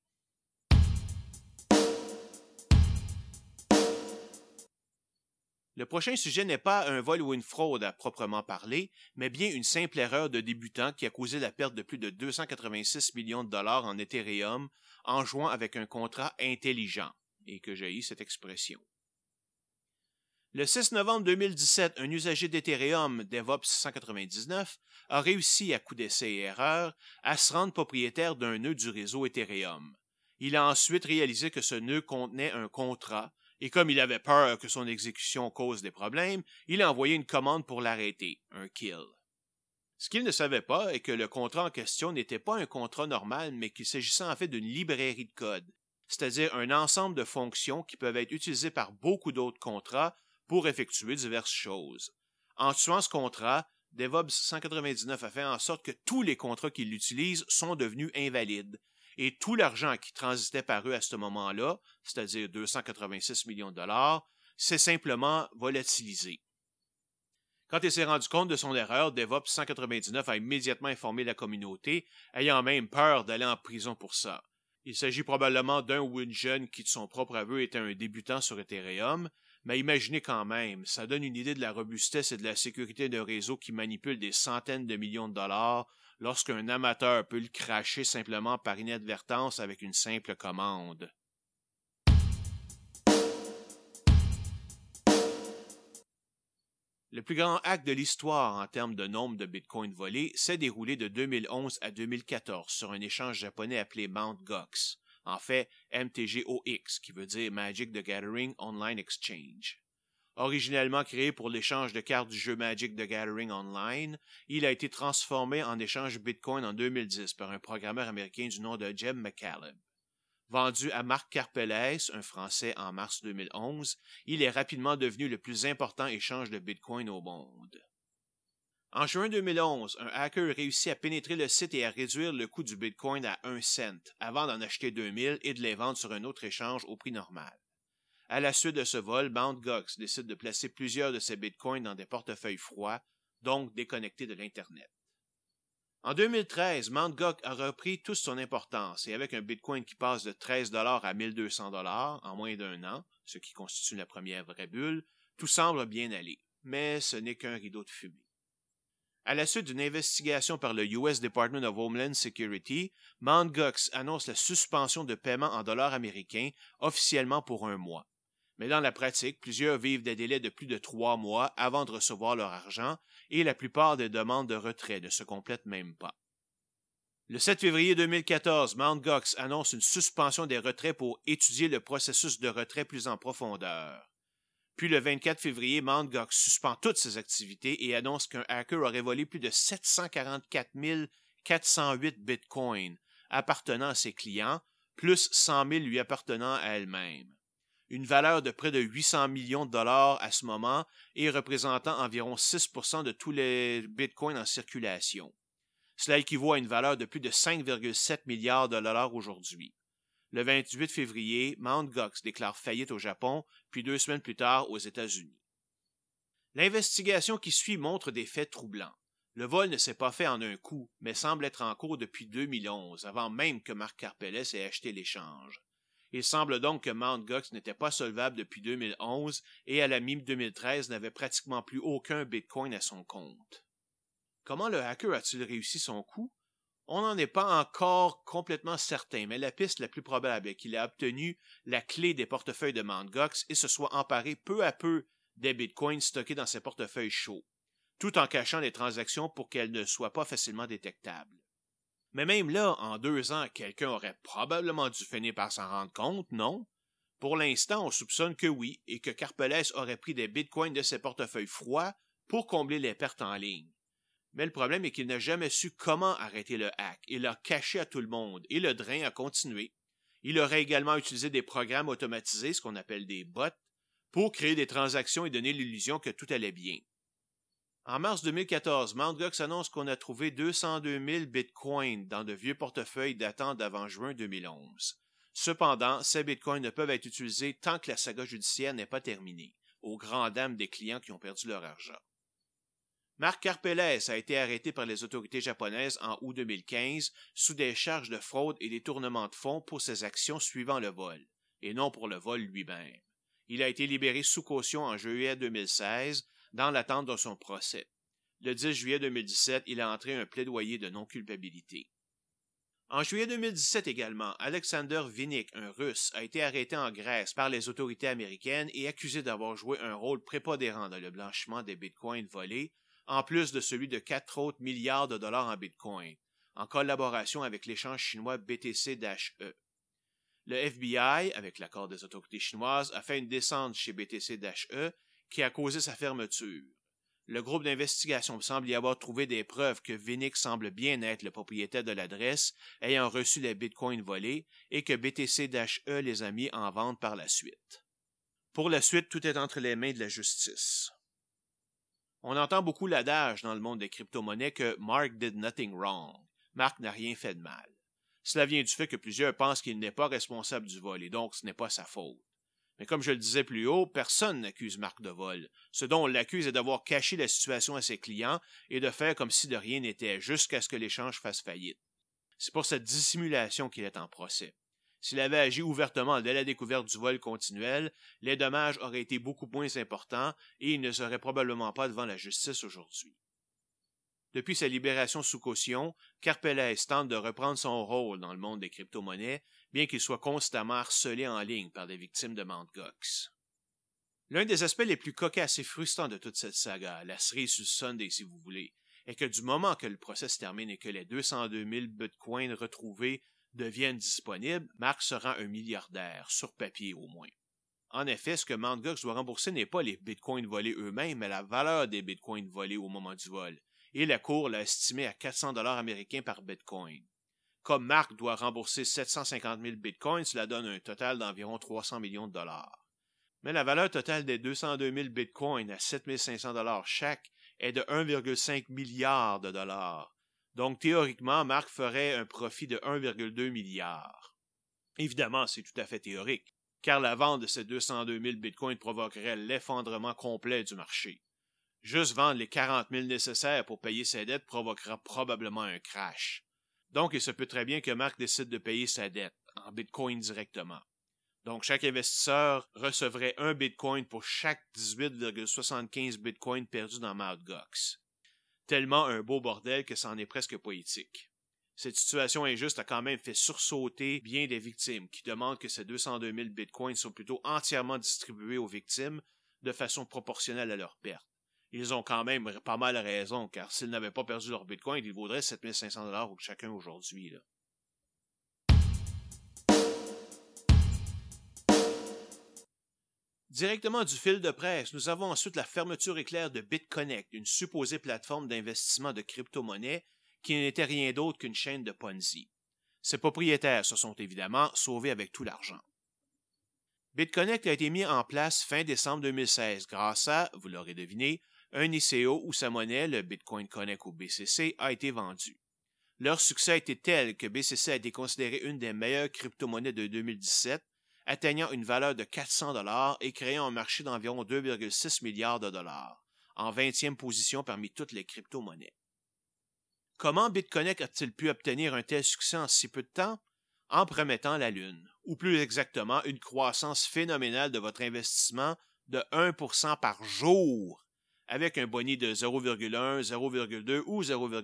Le prochain sujet n'est pas un vol ou une fraude à proprement parler, mais bien une simple erreur de débutant qui a causé la perte de plus de 286 millions de dollars en Ethereum en jouant avec un contrat intelligent, et que j'ai eu cette expression. Le 6 novembre 2017, un usager d'Ethereum, DevOps 199, a réussi, à coup d'essai et erreur, à se rendre propriétaire d'un nœud du réseau Ethereum. Il a ensuite réalisé que ce nœud contenait un contrat, et comme il avait peur que son exécution cause des problèmes, il a envoyé une commande pour l'arrêter, un kill. Ce qu'il ne savait pas est que le contrat en question n'était pas un contrat normal, mais qu'il s'agissait en fait d'une librairie de code, c'est-à-dire un ensemble de fonctions qui peuvent être utilisées par beaucoup d'autres contrats pour effectuer diverses choses. En tuant ce contrat, DevOps 199 a fait en sorte que tous les contrats qu'il utilise sont devenus invalides, et tout l'argent qui transitait par eux à ce moment-là, c'est-à-dire 286 millions de dollars, s'est simplement volatilisé. Quand il s'est rendu compte de son erreur, DevOps 199 a immédiatement informé la communauté, ayant même peur d'aller en prison pour ça. Il s'agit probablement d'un ou une jeune qui, de son propre aveu, était un débutant sur Ethereum, mais imaginez quand même, ça donne une idée de la robustesse et de la sécurité d'un réseau qui manipule des centaines de millions de dollars lorsqu'un amateur peut le cracher simplement par inadvertance avec une simple commande. Le plus grand hack de l'histoire en termes de nombre de bitcoins volés s'est déroulé de 2011 à 2014 sur un échange japonais appelé Mt. Gox, en fait MTGOX, qui veut dire Magic the Gathering Online Exchange. Originellement créé pour l'échange de cartes du jeu Magic the Gathering Online, il a été transformé en échange Bitcoin en 2010 par un programmeur américain du nom de Jeb McCaleb. Vendu à Marc Karpelès, un Français, en mars 2011, il est rapidement devenu le plus important échange de Bitcoin au monde. En juin 2011, un hacker réussit à pénétrer le site et à réduire le coût du Bitcoin à 1 cent, avant d'en acheter 2000 et de les vendre sur un autre échange au prix normal. À la suite de ce vol, Mt. Gox décide de placer plusieurs de ses bitcoins dans des portefeuilles froids, donc déconnectés de l'Internet. En 2013, Mt. Gox a repris toute son importance et avec un bitcoin qui passe de 13 $ à 1200 $ en moins d'un an, ce qui constitue la première vraie bulle, tout semble bien aller, mais ce n'est qu'un rideau de fumée. À la suite d'une investigation par le US Department of Homeland Security, Mt. Gox annonce la suspension de paiement en dollars américains officiellement pour 1 mois. Mais dans la pratique, plusieurs vivent des délais de plus de 3 mois avant de recevoir leur argent et la plupart des demandes de retrait ne se complètent même pas. Le 7 février 2014, Mt. Gox annonce une suspension des retraits pour étudier le processus de retrait plus en profondeur. Puis le 24 février, Mt. Gox suspend toutes ses activités et annonce qu'un hacker aurait volé plus de 744 408 bitcoins appartenant à ses clients, plus 100 000 lui appartenant à elle-même. Une valeur de près de 800 millions de dollars à ce moment et représentant environ 6 % de tous les bitcoins en circulation. Cela équivaut à une valeur de plus de 5,7 milliards de dollars aujourd'hui. Le 28 février, Mt. Gox déclare faillite au Japon, puis 2 semaines plus tard aux États-Unis. L'investigation qui suit montre des faits troublants. Le vol ne s'est pas fait en un coup, mais semble être en cours depuis 2011, avant même que Marc Karpelès ait acheté l'échange. Il semble donc que Mt. Gox n'était pas solvable depuis 2011 et à la mi-2013 n'avait pratiquement plus aucun Bitcoin à son compte. Comment le hacker a-t-il réussi son coup? On n'en est pas encore complètement certain, mais la piste la plus probable est qu'il a obtenu la clé des portefeuilles de Mt. Gox et se soit emparé peu à peu des bitcoins stockés dans ses portefeuilles chauds, tout en cachant les transactions pour qu'elles ne soient pas facilement détectables. Mais même là, en 2 ans, quelqu'un aurait probablement dû finir par s'en rendre compte, non? Pour l'instant, on soupçonne que oui, et que Karpelès aurait pris des bitcoins de ses portefeuilles froids pour combler les pertes en ligne. Mais le problème est qu'il n'a jamais su comment arrêter le hack. Il l'a caché à tout le monde et le drain a continué. Il aurait également utilisé des programmes automatisés, ce qu'on appelle des bots, pour créer des transactions et donner l'illusion que tout allait bien. En mars 2014, Mt. Gox annonce qu'on a trouvé 202 000 bitcoins dans de vieux portefeuilles datant d'avant juin 2011. Cependant, ces bitcoins ne peuvent être utilisés tant que la saga judiciaire n'est pas terminée, aux grandes dames des clients qui ont perdu leur argent. Mark Karpelès a été arrêté par les autorités japonaises en août 2015 sous des charges de fraude et détournement de fonds pour ses actions suivant le vol, et non pour le vol lui-même. Il a été libéré sous caution en juillet 2016 dans l'attente de son procès. Le 10 juillet 2017, il a entré un plaidoyer de non-culpabilité. En juillet 2017 également, Alexander Vinnik, un Russe, a été arrêté en Grèce par les autorités américaines et accusé d'avoir joué un rôle prépondérant dans le blanchiment des bitcoins volés, en plus de celui de 4 autres milliards de dollars en bitcoin, en collaboration avec l'échange chinois BTC-E. Le FBI, avec l'accord des autorités chinoises, a fait une descente chez BTC-E qui a causé sa fermeture. Le groupe d'investigation semble y avoir trouvé des preuves que Vinnik semble bien être le propriétaire de l'adresse ayant reçu les bitcoins volés et que BTC-E les a mis en vente par la suite. Pour la suite, tout est entre les mains de la justice. On entend beaucoup l'adage dans le monde des crypto-monnaies que Mark did nothing wrong. Mark n'a rien fait de mal. Cela vient du fait que plusieurs pensent qu'il n'est pas responsable du vol et donc ce n'est pas sa faute. Mais comme je le disais plus haut, personne n'accuse Mark de vol. Ce dont on l'accuse est d'avoir caché la situation à ses clients et de faire comme si de rien n'était jusqu'à ce que l'échange fasse faillite. C'est pour cette dissimulation qu'il est en procès. S'il avait agi ouvertement dès la découverte du vol continuel, les dommages auraient été beaucoup moins importants et il ne serait probablement pas devant la justice aujourd'hui. Depuis sa libération sous caution, Karpelès tente de reprendre son rôle dans le monde des crypto-monnaies, bien qu'il soit constamment harcelé en ligne par des victimes de Mt. Gox. L'un des aspects les plus cocasses et frustrants de toute cette saga, la cerise sur Sunday si vous voulez, est que du moment que le procès se termine et que les 202 000 bitcoins retrouvés deviennent disponibles, Mark sera un milliardaire, sur papier au moins. En effet, ce que Mt. Gox doit rembourser n'est pas les bitcoins volés eux-mêmes, mais la valeur des bitcoins volés au moment du vol, et la Cour l'a estimé à 400 $ américains par bitcoin. Comme Mark doit rembourser 750 000 bitcoins, cela donne un total d'environ 300 millions de dollars. Mais la valeur totale des 202 000 bitcoins à 7 500 $ chaque est de 1,5 milliard de dollars. Donc, théoriquement, Mark ferait un profit de 1,2 milliard. Évidemment, c'est tout à fait théorique, car la vente de ces 202 000 bitcoins provoquerait l'effondrement complet du marché. Juste vendre les 40 000 nécessaires pour payer ses dettes provoquera probablement un crash. Donc, il se peut très bien que Mark décide de payer sa dette en bitcoin directement. Donc, chaque investisseur recevrait un bitcoin pour chaque 18,75 bitcoins perdus dans Mt. Gox. Tellement un beau bordel que c'en est presque poétique. Cette situation injuste a quand même fait sursauter bien des victimes qui demandent que ces 202 000 bitcoins soient plutôt entièrement distribués aux victimes de façon proportionnelle à leurs pertes. Ils ont quand même pas mal raison, car s'ils n'avaient pas perdu leur bitcoin, ils vaudraient 7 500 $ chacun aujourd'hui. Directement du fil de presse, nous avons ensuite la fermeture éclair de BitConnect, une supposée plateforme d'investissement de crypto-monnaies qui n'était rien d'autre qu'une chaîne de Ponzi. Ses propriétaires se sont évidemment sauvés avec tout l'argent. BitConnect a été mis en place fin décembre 2016 grâce à, vous l'aurez deviné, un ICO où sa monnaie, le Bitcoin Connect ou BCC, a été vendue. Leur succès a été tel que BCC a été considérée une des meilleures crypto-monnaies de 2017, atteignant une valeur de 400 $ et créant un marché d'environ 2,6 milliards de dollars, en 20e position parmi toutes les crypto-monnaies. Comment BitConnect a-t-il pu obtenir un tel succès en si peu de temps? En promettant la Lune. ou plus exactement une croissance phénoménale de votre investissement de 1% par jour, avec un boni de 0,1, 0,2 ou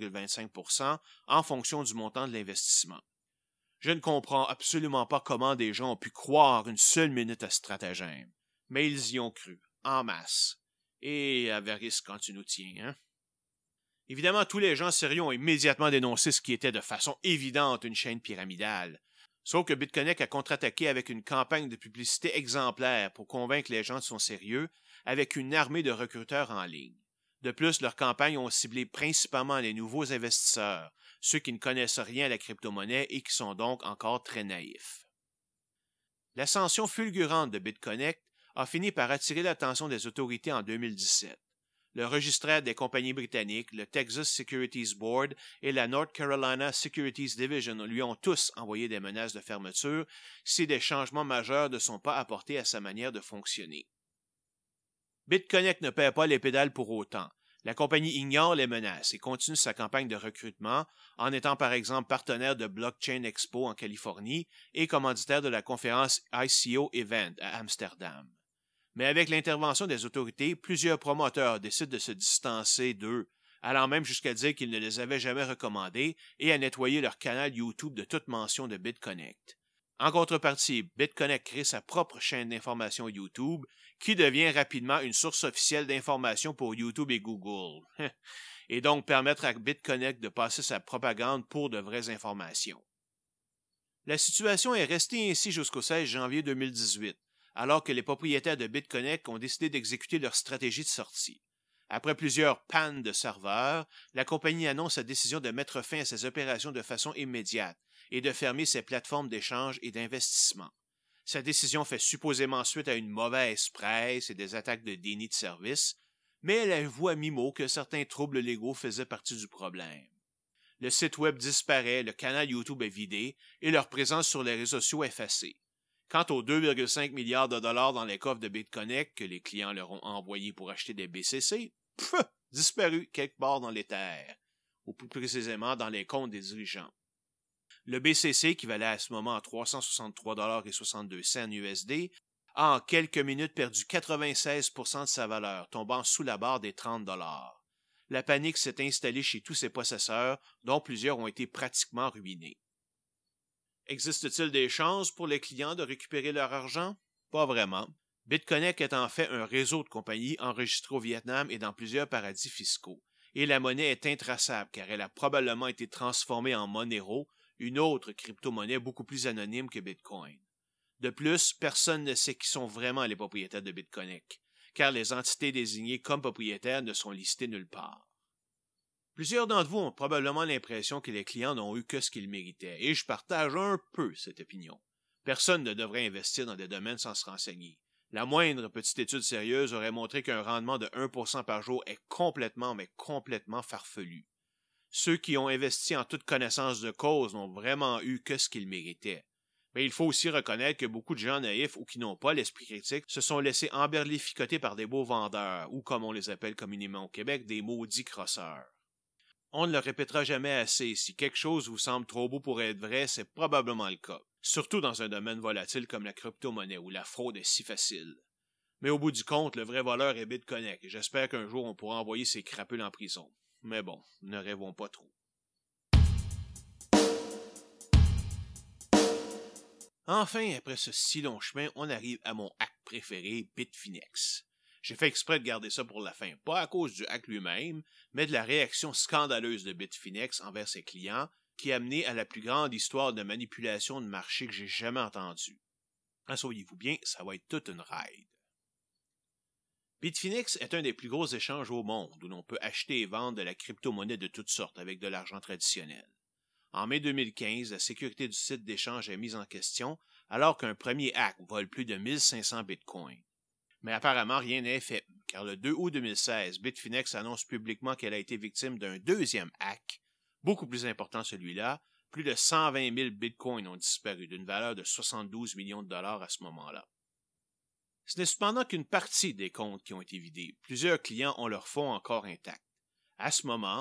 0,25% en fonction du montant de l'investissement. Je ne comprends absolument pas comment des gens ont pu croire une seule minute à ce stratagème, mais ils y ont cru, en masse. Et avarice quand tu nous tiens, hein? Évidemment, tous les gens sérieux ont immédiatement dénoncé ce qui était de façon évidente une chaîne pyramidale. Sauf que BitConnect a contre-attaqué avec une campagne de publicité exemplaire pour convaincre les gens de son sérieux, avec une armée de recruteurs en ligne. De plus, leurs campagnes ont ciblé principalement les nouveaux investisseurs, ceux qui ne connaissent rien à la crypto-monnaie et qui sont donc encore très naïfs. L'ascension fulgurante de BitConnect a fini par attirer l'attention des autorités en 2017. Le registraire des compagnies britanniques, le Texas Securities Board et la North Carolina Securities Division lui ont tous envoyé des menaces de fermeture si des changements majeurs ne sont pas apportés à sa manière de fonctionner. BitConnect ne paie pas les pédales pour autant. La compagnie ignore les menaces et continue sa campagne de recrutement en étant par exemple partenaire de Blockchain Expo en Californie et commanditaire de la conférence ICO Event à Amsterdam. Mais avec l'intervention des autorités, plusieurs promoteurs décident de se distancer d'eux, allant même jusqu'à dire qu'ils ne les avaient jamais recommandés et à nettoyer leur canal YouTube de toute mention de BitConnect. En contrepartie, BitConnect crée sa propre chaîne d'information YouTube qui devient rapidement une source officielle d'information pour YouTube et Google, et donc permettre à BitConnect de passer sa propagande pour de vraies informations. La situation est restée ainsi jusqu'au 16 janvier 2018, alors que les propriétaires de BitConnect ont décidé d'exécuter leur stratégie de sortie. Après plusieurs pannes de serveurs, la compagnie annonce sa décision de mettre fin à ses opérations de façon immédiate et de fermer ses plateformes d'échange et d'investissement. Sa décision fait supposément suite à une mauvaise presse et des attaques de déni de service, mais elle avoue à mi-mot que certains troubles légaux faisaient partie du problème. Le site web disparaît, le canal YouTube est vidé et leur présence sur les réseaux sociaux effacée. Quant aux 2,5 milliards de dollars dans les coffres de BitConnect que les clients leur ont envoyés pour acheter des BCC, disparu quelque part dans les terres, ou plus précisément dans les comptes des dirigeants. Le BCC, qui valait à ce moment 363,62 USD, a en quelques minutes perdu 96% de sa valeur, tombant sous la barre des 30 $. La panique s'est installée chez tous ses possesseurs, dont plusieurs ont été pratiquement ruinés. Existe-t-il des chances pour les clients de récupérer leur argent? Pas vraiment. BitConnect est en fait un réseau de compagnies enregistrées au Vietnam et dans plusieurs paradis fiscaux. Et la monnaie est intraçable car elle a probablement été transformée en Monero, une autre crypto-monnaie beaucoup plus anonyme que Bitcoin. De plus, personne ne sait qui sont vraiment les propriétaires de BitConnect, car les entités désignées comme propriétaires ne sont listées nulle part. Plusieurs d'entre vous ont probablement l'impression que les clients n'ont eu que ce qu'ils méritaient, et je partage un peu cette opinion. Personne ne devrait investir dans des domaines sans se renseigner. La moindre petite étude sérieuse aurait montré qu'un rendement de 1% par jour est complètement farfelu. Ceux qui ont investi en toute connaissance de cause n'ont vraiment eu que ce qu'ils méritaient. Mais il faut aussi reconnaître que beaucoup de gens naïfs ou qui n'ont pas l'esprit critique se sont laissés emberlificoter par des beaux vendeurs, ou comme on les appelle communément au Québec, des maudits crosseurs. On ne le répétera jamais assez, si quelque chose vous semble trop beau pour être vrai, c'est probablement le cas, surtout dans un domaine volatile comme la crypto-monnaie où la fraude est si facile. Mais au bout du compte, le vrai voleur est BitConnect, et j'espère qu'un jour on pourra envoyer ces crapules en prison. Mais bon, ne rêvons pas trop. Enfin, après ce si long chemin, on arrive à mon hack préféré, Bitfinex. J'ai fait exprès de garder ça pour la fin, pas à cause du hack lui-même, mais de la réaction scandaleuse de Bitfinex envers ses clients, qui a mené à la plus grande histoire de manipulation de marché que j'ai jamais entendue. Asseyez-vous bien, ça va être toute une ride. Bitfinex est un des plus gros échanges au monde, où l'on peut acheter et vendre de la crypto-monnaie de toutes sortes avec de l'argent traditionnel. En mai 2015, la sécurité du site d'échange est mise en question, alors qu'un premier hack vole plus de 1500 bitcoins. Mais apparemment, rien n'est fait, car le 2 août 2016, Bitfinex annonce publiquement qu'elle a été victime d'un deuxième hack, beaucoup plus important celui-là. Plus de 120 000 bitcoins ont disparu, d'une valeur de 72 millions de dollars à ce moment-là. Ce n'est cependant qu'une partie des comptes qui ont été vidés. Plusieurs clients ont leurs fonds encore intacts. À ce moment,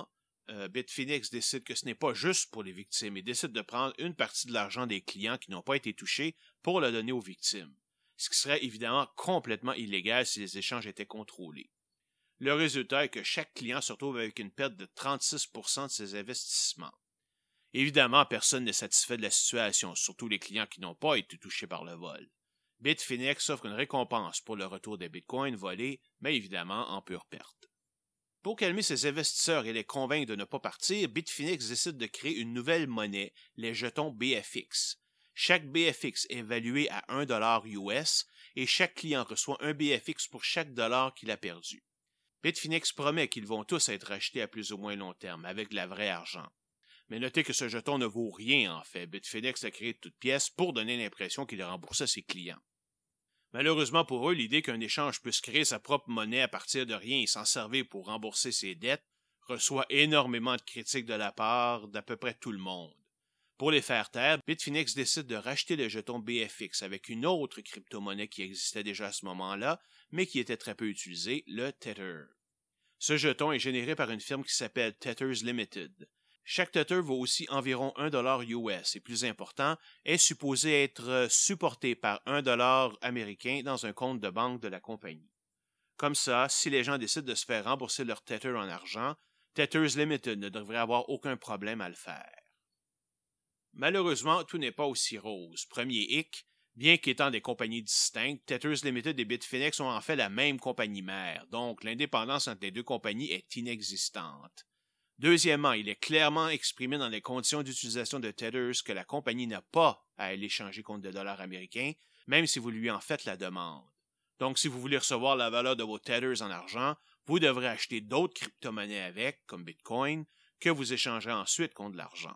Bitfinex décide que ce n'est pas juste pour les victimes et décide de prendre une partie de l'argent des clients qui n'ont pas été touchés pour le donner aux victimes, ce qui serait évidemment complètement illégal si les échanges étaient contrôlés. Le résultat est que chaque client se retrouve avec une perte de 36% de ses investissements. Évidemment, personne n'est satisfait de la situation, surtout les clients qui n'ont pas été touchés par le vol. Bitfinex offre une récompense pour le retour des bitcoins volés, mais évidemment en pure perte. Pour calmer ses investisseurs et les convaincre de ne pas partir, Bitfinex décide de créer une nouvelle monnaie, les jetons BFX. Chaque BFX est évalué à $1 US et chaque client reçoit un BFX pour chaque dollar qu'il a perdu. Bitfinex promet qu'ils vont tous être achetés à plus ou moins long terme, avec de la vraie argent. Mais notez que ce jeton ne vaut rien en fait. Bitfinex l'a créé de toutes pièces pour donner l'impression qu'il remboursait ses clients. Malheureusement pour eux, l'idée qu'un échange puisse créer sa propre monnaie à partir de rien et s'en servir pour rembourser ses dettes reçoit énormément de critiques de la part d'à peu près tout le monde. Pour les faire taire, Bitfinex décide de racheter le jeton BFX avec une autre crypto-monnaie qui existait déjà à ce moment-là, mais qui était très peu utilisée, le Tether. Ce jeton est généré par une firme qui s'appelle Tethers Limited. Chaque Tether vaut aussi environ $1 US et plus important, est supposé être supporté par $1 américain dans un compte de banque de la compagnie. Comme ça, si les gens décident de se faire rembourser leur Tether en argent, Tethers Limited ne devrait avoir aucun problème à le faire. Malheureusement, tout n'est pas aussi rose. Premier hic, bien qu'étant des compagnies distinctes, Tethers Limited et Bitfinex ont en fait la même compagnie mère, donc l'indépendance entre les deux compagnies est inexistante. Deuxièmement, il est clairement exprimé dans les conditions d'utilisation de Tethers que la compagnie n'a pas à l'échanger contre des dollars américains, même si vous lui en faites la demande. Donc, si vous voulez recevoir la valeur de vos Tethers en argent, vous devrez acheter d'autres crypto-monnaies avec, comme Bitcoin, que vous échangerez ensuite contre de l'argent.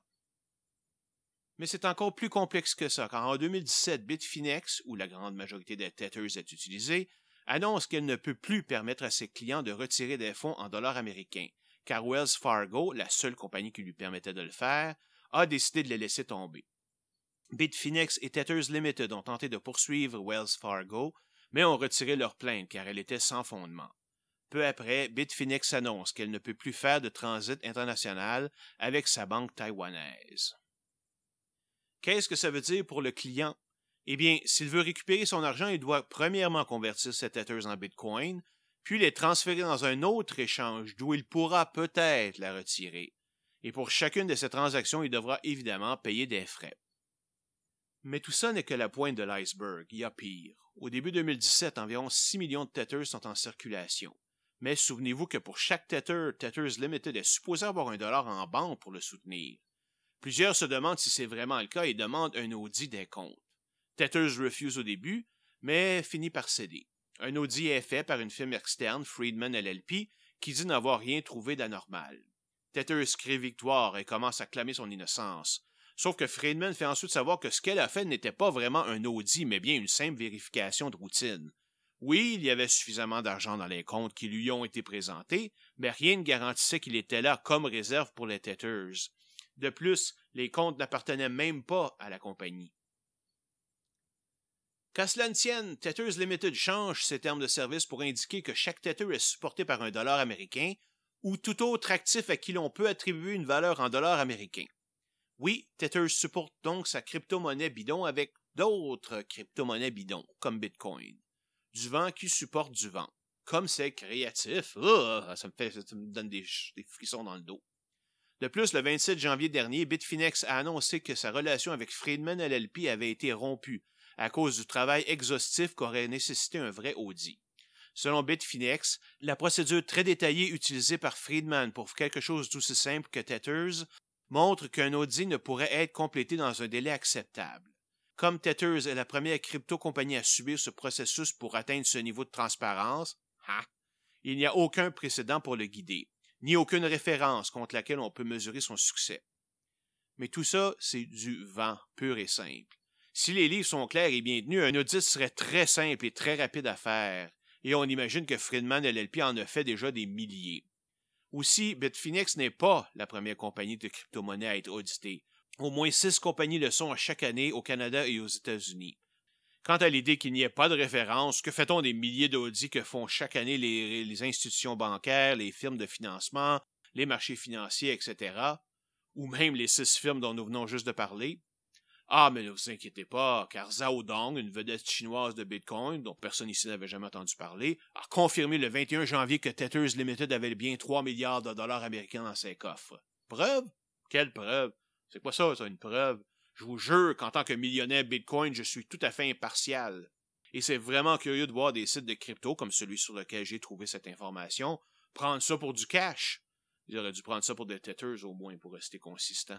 Mais c'est encore plus complexe que ça, car en 2017, Bitfinex, où la grande majorité des Tethers est utilisée, annonce qu'elle ne peut plus permettre à ses clients de retirer des fonds en dollars américains, car Wells Fargo, la seule compagnie qui lui permettait de le faire, a décidé de les laisser tomber. Bitfinex et Tethers Limited ont tenté de poursuivre Wells Fargo, mais ont retiré leur plainte car elle était sans fondement. Peu après, Bitfinex annonce qu'elle ne peut plus faire de transit international avec sa banque taïwanaise. Qu'est-ce que ça veut dire pour le client? Eh bien, s'il veut récupérer son argent, il doit premièrement convertir ses Tethers en Bitcoin, puis les transférer dans un autre échange d'où il pourra peut-être la retirer. Et pour chacune de ces transactions, il devra évidemment payer des frais. Mais tout ça n'est que la pointe de l'iceberg, il y a pire. Au début 2017, environ 6 millions de Tethers sont en circulation. Mais souvenez-vous que pour chaque Tether, Tethers Limited est supposé avoir $1 en banque pour le soutenir. Plusieurs se demandent si c'est vraiment le cas et demandent un audit des comptes. Tethers refuse au début, mais finit par céder. Un audit est fait par une firme externe, Friedman LLP, qui dit n'avoir rien trouvé d'anormal. Tethers crie victoire et commence à clamer son innocence. Sauf que Friedman fait ensuite savoir que ce qu'elle a fait n'était pas vraiment un audit, mais bien une simple vérification de routine. Oui, il y avait suffisamment d'argent dans les comptes qui lui ont été présentés, mais rien ne garantissait qu'il était là comme réserve pour les Tethers. De plus, les comptes n'appartenaient même pas à la compagnie. Qu'à cela ne tienne, Tethers Limited change ses termes de service pour indiquer que chaque Tether est supporté par $1 américain ou tout autre actif à qui l'on peut attribuer une valeur en dollars américains. Oui, Tethers supporte donc sa crypto-monnaie bidon avec d'autres crypto-monnaies bidons, comme Bitcoin. Du vent qui supporte du vent. Comme c'est créatif, ça me donne des frissons dans le dos. De plus, le 27 janvier dernier, Bitfinex a annoncé que sa relation avec Friedman LLP avait été rompue à cause du travail exhaustif qu'aurait nécessité un vrai audit. Selon Bitfinex, la procédure très détaillée utilisée par Friedman pour quelque chose d'aussi simple que Tethers montre qu'un audit ne pourrait être complété dans un délai acceptable. Comme Tethers est la première crypto-compagnie à subir ce processus pour atteindre ce niveau de transparence, il n'y a aucun précédent pour le guider, ni aucune référence contre laquelle on peut mesurer son succès. Mais tout ça, c'est du vent pur et simple. Si les livres sont clairs et bien tenus, un audit serait très simple et très rapide à faire, et on imagine que Friedman LLP en a fait déjà des milliers. Aussi, Bitfinex n'est pas la première compagnie de crypto-monnaie à être auditée. Au moins 6 compagnies le sont à chaque année au Canada et aux États-Unis. Quant à l'idée qu'il n'y ait pas de référence, que fait-on des milliers d'audits que font chaque année les institutions bancaires, les firmes de financement, les marchés financiers, etc., ou même les 6 firmes dont nous venons juste de parler. Ah, mais ne vous inquiétez pas, car Zhao Dong, une vedette chinoise de Bitcoin, dont personne ici n'avait jamais entendu parler, a confirmé le 21 janvier que Tethers Limited avait bien 3 milliards de dollars américains dans ses coffres. Preuve? Quelle preuve? C'est quoi ça, une preuve? Je vous jure qu'en tant que millionnaire Bitcoin, je suis tout à fait impartial. Et c'est vraiment curieux de voir des sites de crypto, comme celui sur lequel j'ai trouvé cette information, prendre ça pour du cash. Ils auraient dû prendre ça pour des Tethers au moins pour rester consistants.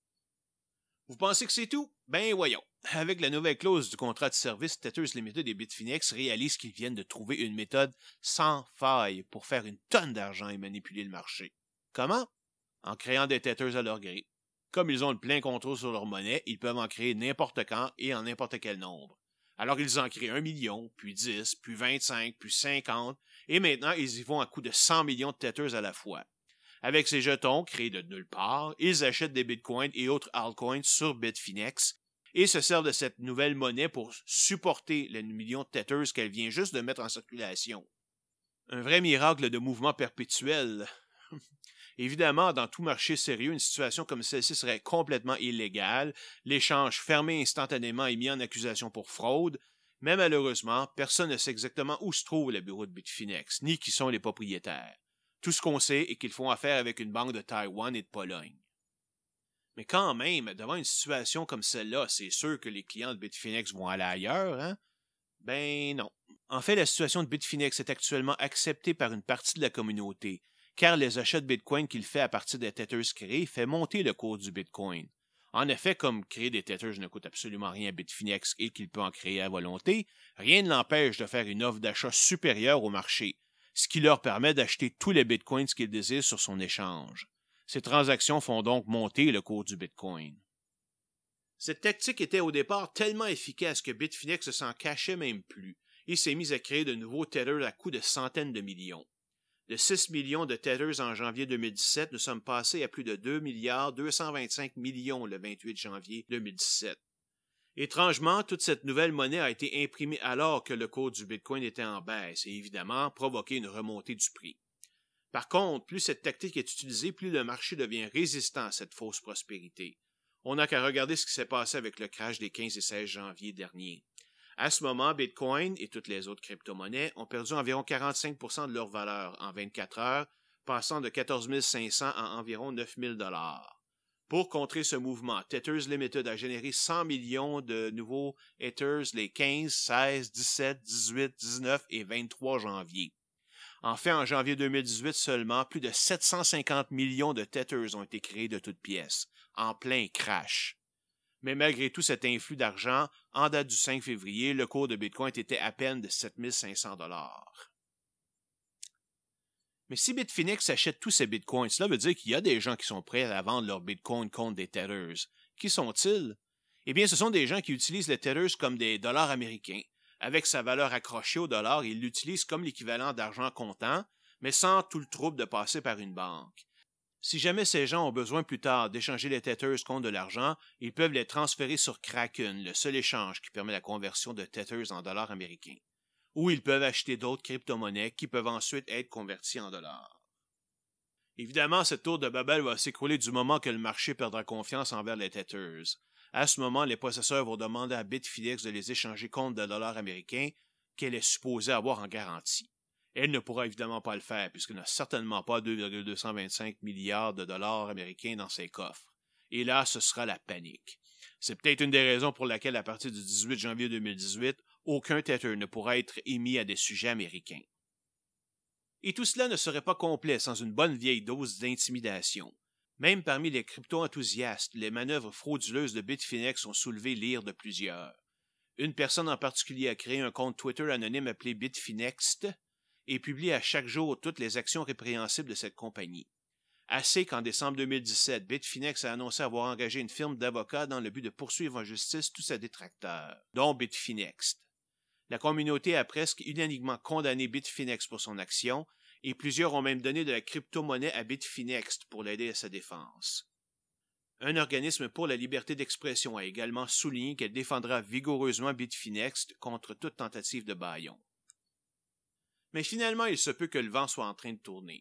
Vous pensez que c'est tout? Ben voyons. Avec la nouvelle clause du contrat de service, Tethers Limited et Bitfinex réalisent qu'ils viennent de trouver une méthode sans faille pour faire une tonne d'argent et manipuler le marché. Comment? En créant des Tethers à leur gré. Comme ils ont le plein contrôle sur leur monnaie, ils peuvent en créer n'importe quand et en n'importe quel nombre. Alors ils en créent 1 million, puis 10, puis 25, puis 50, et maintenant ils y vont à coût de 100 millions de Tethers à la fois. Avec ces jetons créés de nulle part, ils achètent des bitcoins et autres altcoins sur Bitfinex et se servent de cette nouvelle monnaie pour supporter les millions de Tethers qu'elle vient juste de mettre en circulation. Un vrai miracle de mouvement perpétuel. Évidemment, dans tout marché sérieux, une situation comme celle-ci serait complètement illégale, l'échange fermé instantanément et mis en accusation pour fraude, mais malheureusement, personne ne sait exactement où se trouve le bureau de Bitfinex, ni qui sont les propriétaires. Tout ce qu'on sait est qu'ils font affaire avec une banque de Taïwan et de Pologne. Mais quand même, devant une situation comme celle-là, c'est sûr que les clients de Bitfinex vont aller ailleurs, hein? Ben non. En fait, la situation de Bitfinex est actuellement acceptée par une partie de la communauté, car les achats de Bitcoin qu'il fait à partir des Tethers créés fait monter le cours du Bitcoin. En effet, comme créer des Tethers ne coûte absolument rien à Bitfinex et qu'il peut en créer à volonté, rien ne l'empêche de faire une offre d'achat supérieure au marché, ce qui leur permet d'acheter tous les bitcoins qu'ils désirent sur son échange. Ces transactions font donc monter le cours du bitcoin. Cette tactique était au départ tellement efficace que Bitfinex ne s'en cachait même plus et s'est mis à créer de nouveaux Tethers à coût de centaines de millions. De 6 millions de Tethers en janvier 2017, nous sommes passés à plus de 2 milliards 225 millions le 28 janvier 2017. Étrangement, toute cette nouvelle monnaie a été imprimée alors que le cours du Bitcoin était en baisse et évidemment provoqué une remontée du prix. Par contre, plus cette tactique est utilisée, plus le marché devient résistant à cette fausse prospérité. On n'a qu'à regarder ce qui s'est passé avec le crash des 15 et 16 janvier dernier. À ce moment, Bitcoin et toutes les autres crypto-monnaies ont perdu environ 45% de leur valeur en 24 heures, passant de 14 500 à environ 9 000 $. Pour contrer ce mouvement, Tethers Limited a généré 100 millions de nouveaux Ethers les 15, 16, 17, 18, 19 et 23 janvier. En fait, en janvier 2018 seulement, plus de 750 millions de Tethers ont été créés de toutes pièces, en plein crash. Mais malgré tout cet influx d'argent, en date du 5 février, le cours de Bitcoin était à peine de 7 500 $. Mais si Bitfinex achète tous ces bitcoins, cela veut dire qu'il y a des gens qui sont prêts à vendre leurs bitcoins contre des Tethers. Qui sont-ils? Eh bien, ce sont des gens qui utilisent les Tethers comme des dollars américains. Avec sa valeur accrochée au dollar, ils l'utilisent comme l'équivalent d'argent comptant, mais sans tout le trouble de passer par une banque. Si jamais ces gens ont besoin plus tard d'échanger les Tethers contre de l'argent, ils peuvent les transférer sur Kraken, le seul échange qui permet la conversion de Tethers en dollars américains. Ou ils peuvent acheter d'autres crypto-monnaies qui peuvent ensuite être converties en dollars. Évidemment, cette tour de Babel va s'écrouler du moment que le marché perdra confiance envers les Tethers. À ce moment, les possesseurs vont demander à Bitfinex de les échanger contre des dollars américains qu'elle est supposée avoir en garantie. Elle ne pourra évidemment pas le faire puisqu'elle n'a certainement pas 2,225 milliards de dollars américains dans ses coffres. Et là, ce sera la panique. C'est peut-être une des raisons pour laquelle, à partir du 18 janvier 2018, aucun Tether ne pourra être émis à des sujets américains. Et tout cela ne serait pas complet sans une bonne vieille dose d'intimidation. Même parmi les crypto-enthousiastes, les manœuvres frauduleuses de Bitfinex ont soulevé l'ire de plusieurs. Une personne en particulier a créé un compte Twitter anonyme appelé Bitfinext et publie à chaque jour toutes les actions répréhensibles de cette compagnie. Assez qu'en décembre 2017, Bitfinex a annoncé avoir engagé une firme d'avocats dans le but de poursuivre en justice tous ses détracteurs, dont Bitfinex. La communauté a presque unanimement condamné Bitfinex pour son action et plusieurs ont même donné de la crypto-monnaie à Bitfinex pour l'aider à sa défense. Un organisme pour la liberté d'expression a également souligné qu'elle défendra vigoureusement Bitfinex contre toute tentative de bâillon. Mais finalement, il se peut que le vent soit en train de tourner.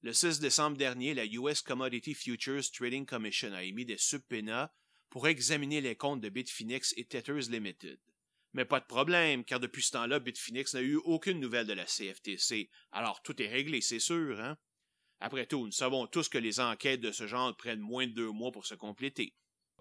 Le 6 décembre dernier, la US Commodity Futures Trading Commission a émis des subpoenas pour examiner les comptes de Bitfinex et Tethers Limited. Mais pas de problème, car depuis ce temps-là, Bitfinex n'a eu aucune nouvelle de la CFTC. Alors tout est réglé, c'est sûr, hein? Après tout, nous savons tous que les enquêtes de ce genre prennent moins de 2 mois pour se compléter.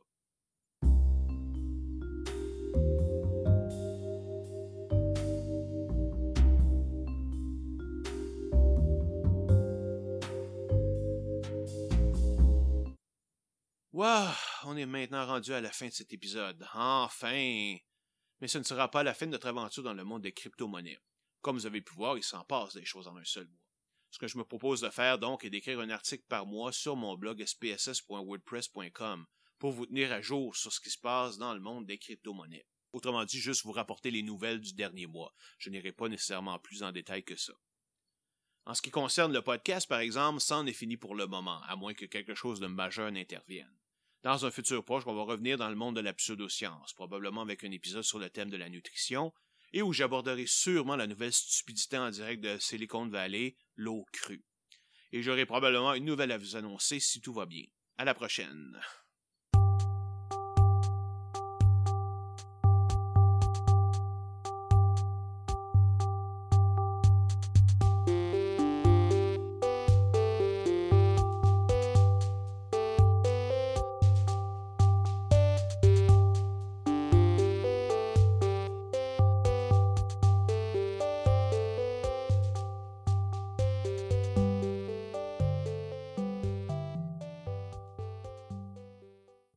Wow, on est maintenant rendu à la fin de cet épisode. Enfin! Mais ce ne sera pas la fin de notre aventure dans le monde des crypto-monnaies. Comme vous avez pu voir, il s'en passe des choses en un seul mois. Ce que je me propose de faire donc est d'écrire un article par mois sur mon blog spss.wordpress.com pour vous tenir à jour sur ce qui se passe dans le monde des crypto-monnaies. Autrement dit, juste vous rapporter les nouvelles du dernier mois. Je n'irai pas nécessairement plus en détail que ça. En ce qui concerne le podcast, par exemple, ça en est fini pour le moment, à moins que quelque chose de majeur n'intervienne. Dans un futur proche, on va revenir dans le monde de la pseudoscience, probablement avec un épisode sur le thème de la nutrition, et où j'aborderai sûrement la nouvelle stupidité en direct de Silicon Valley, l'eau crue. Et j'aurai probablement une nouvelle à vous annoncer si tout va bien. À la prochaine.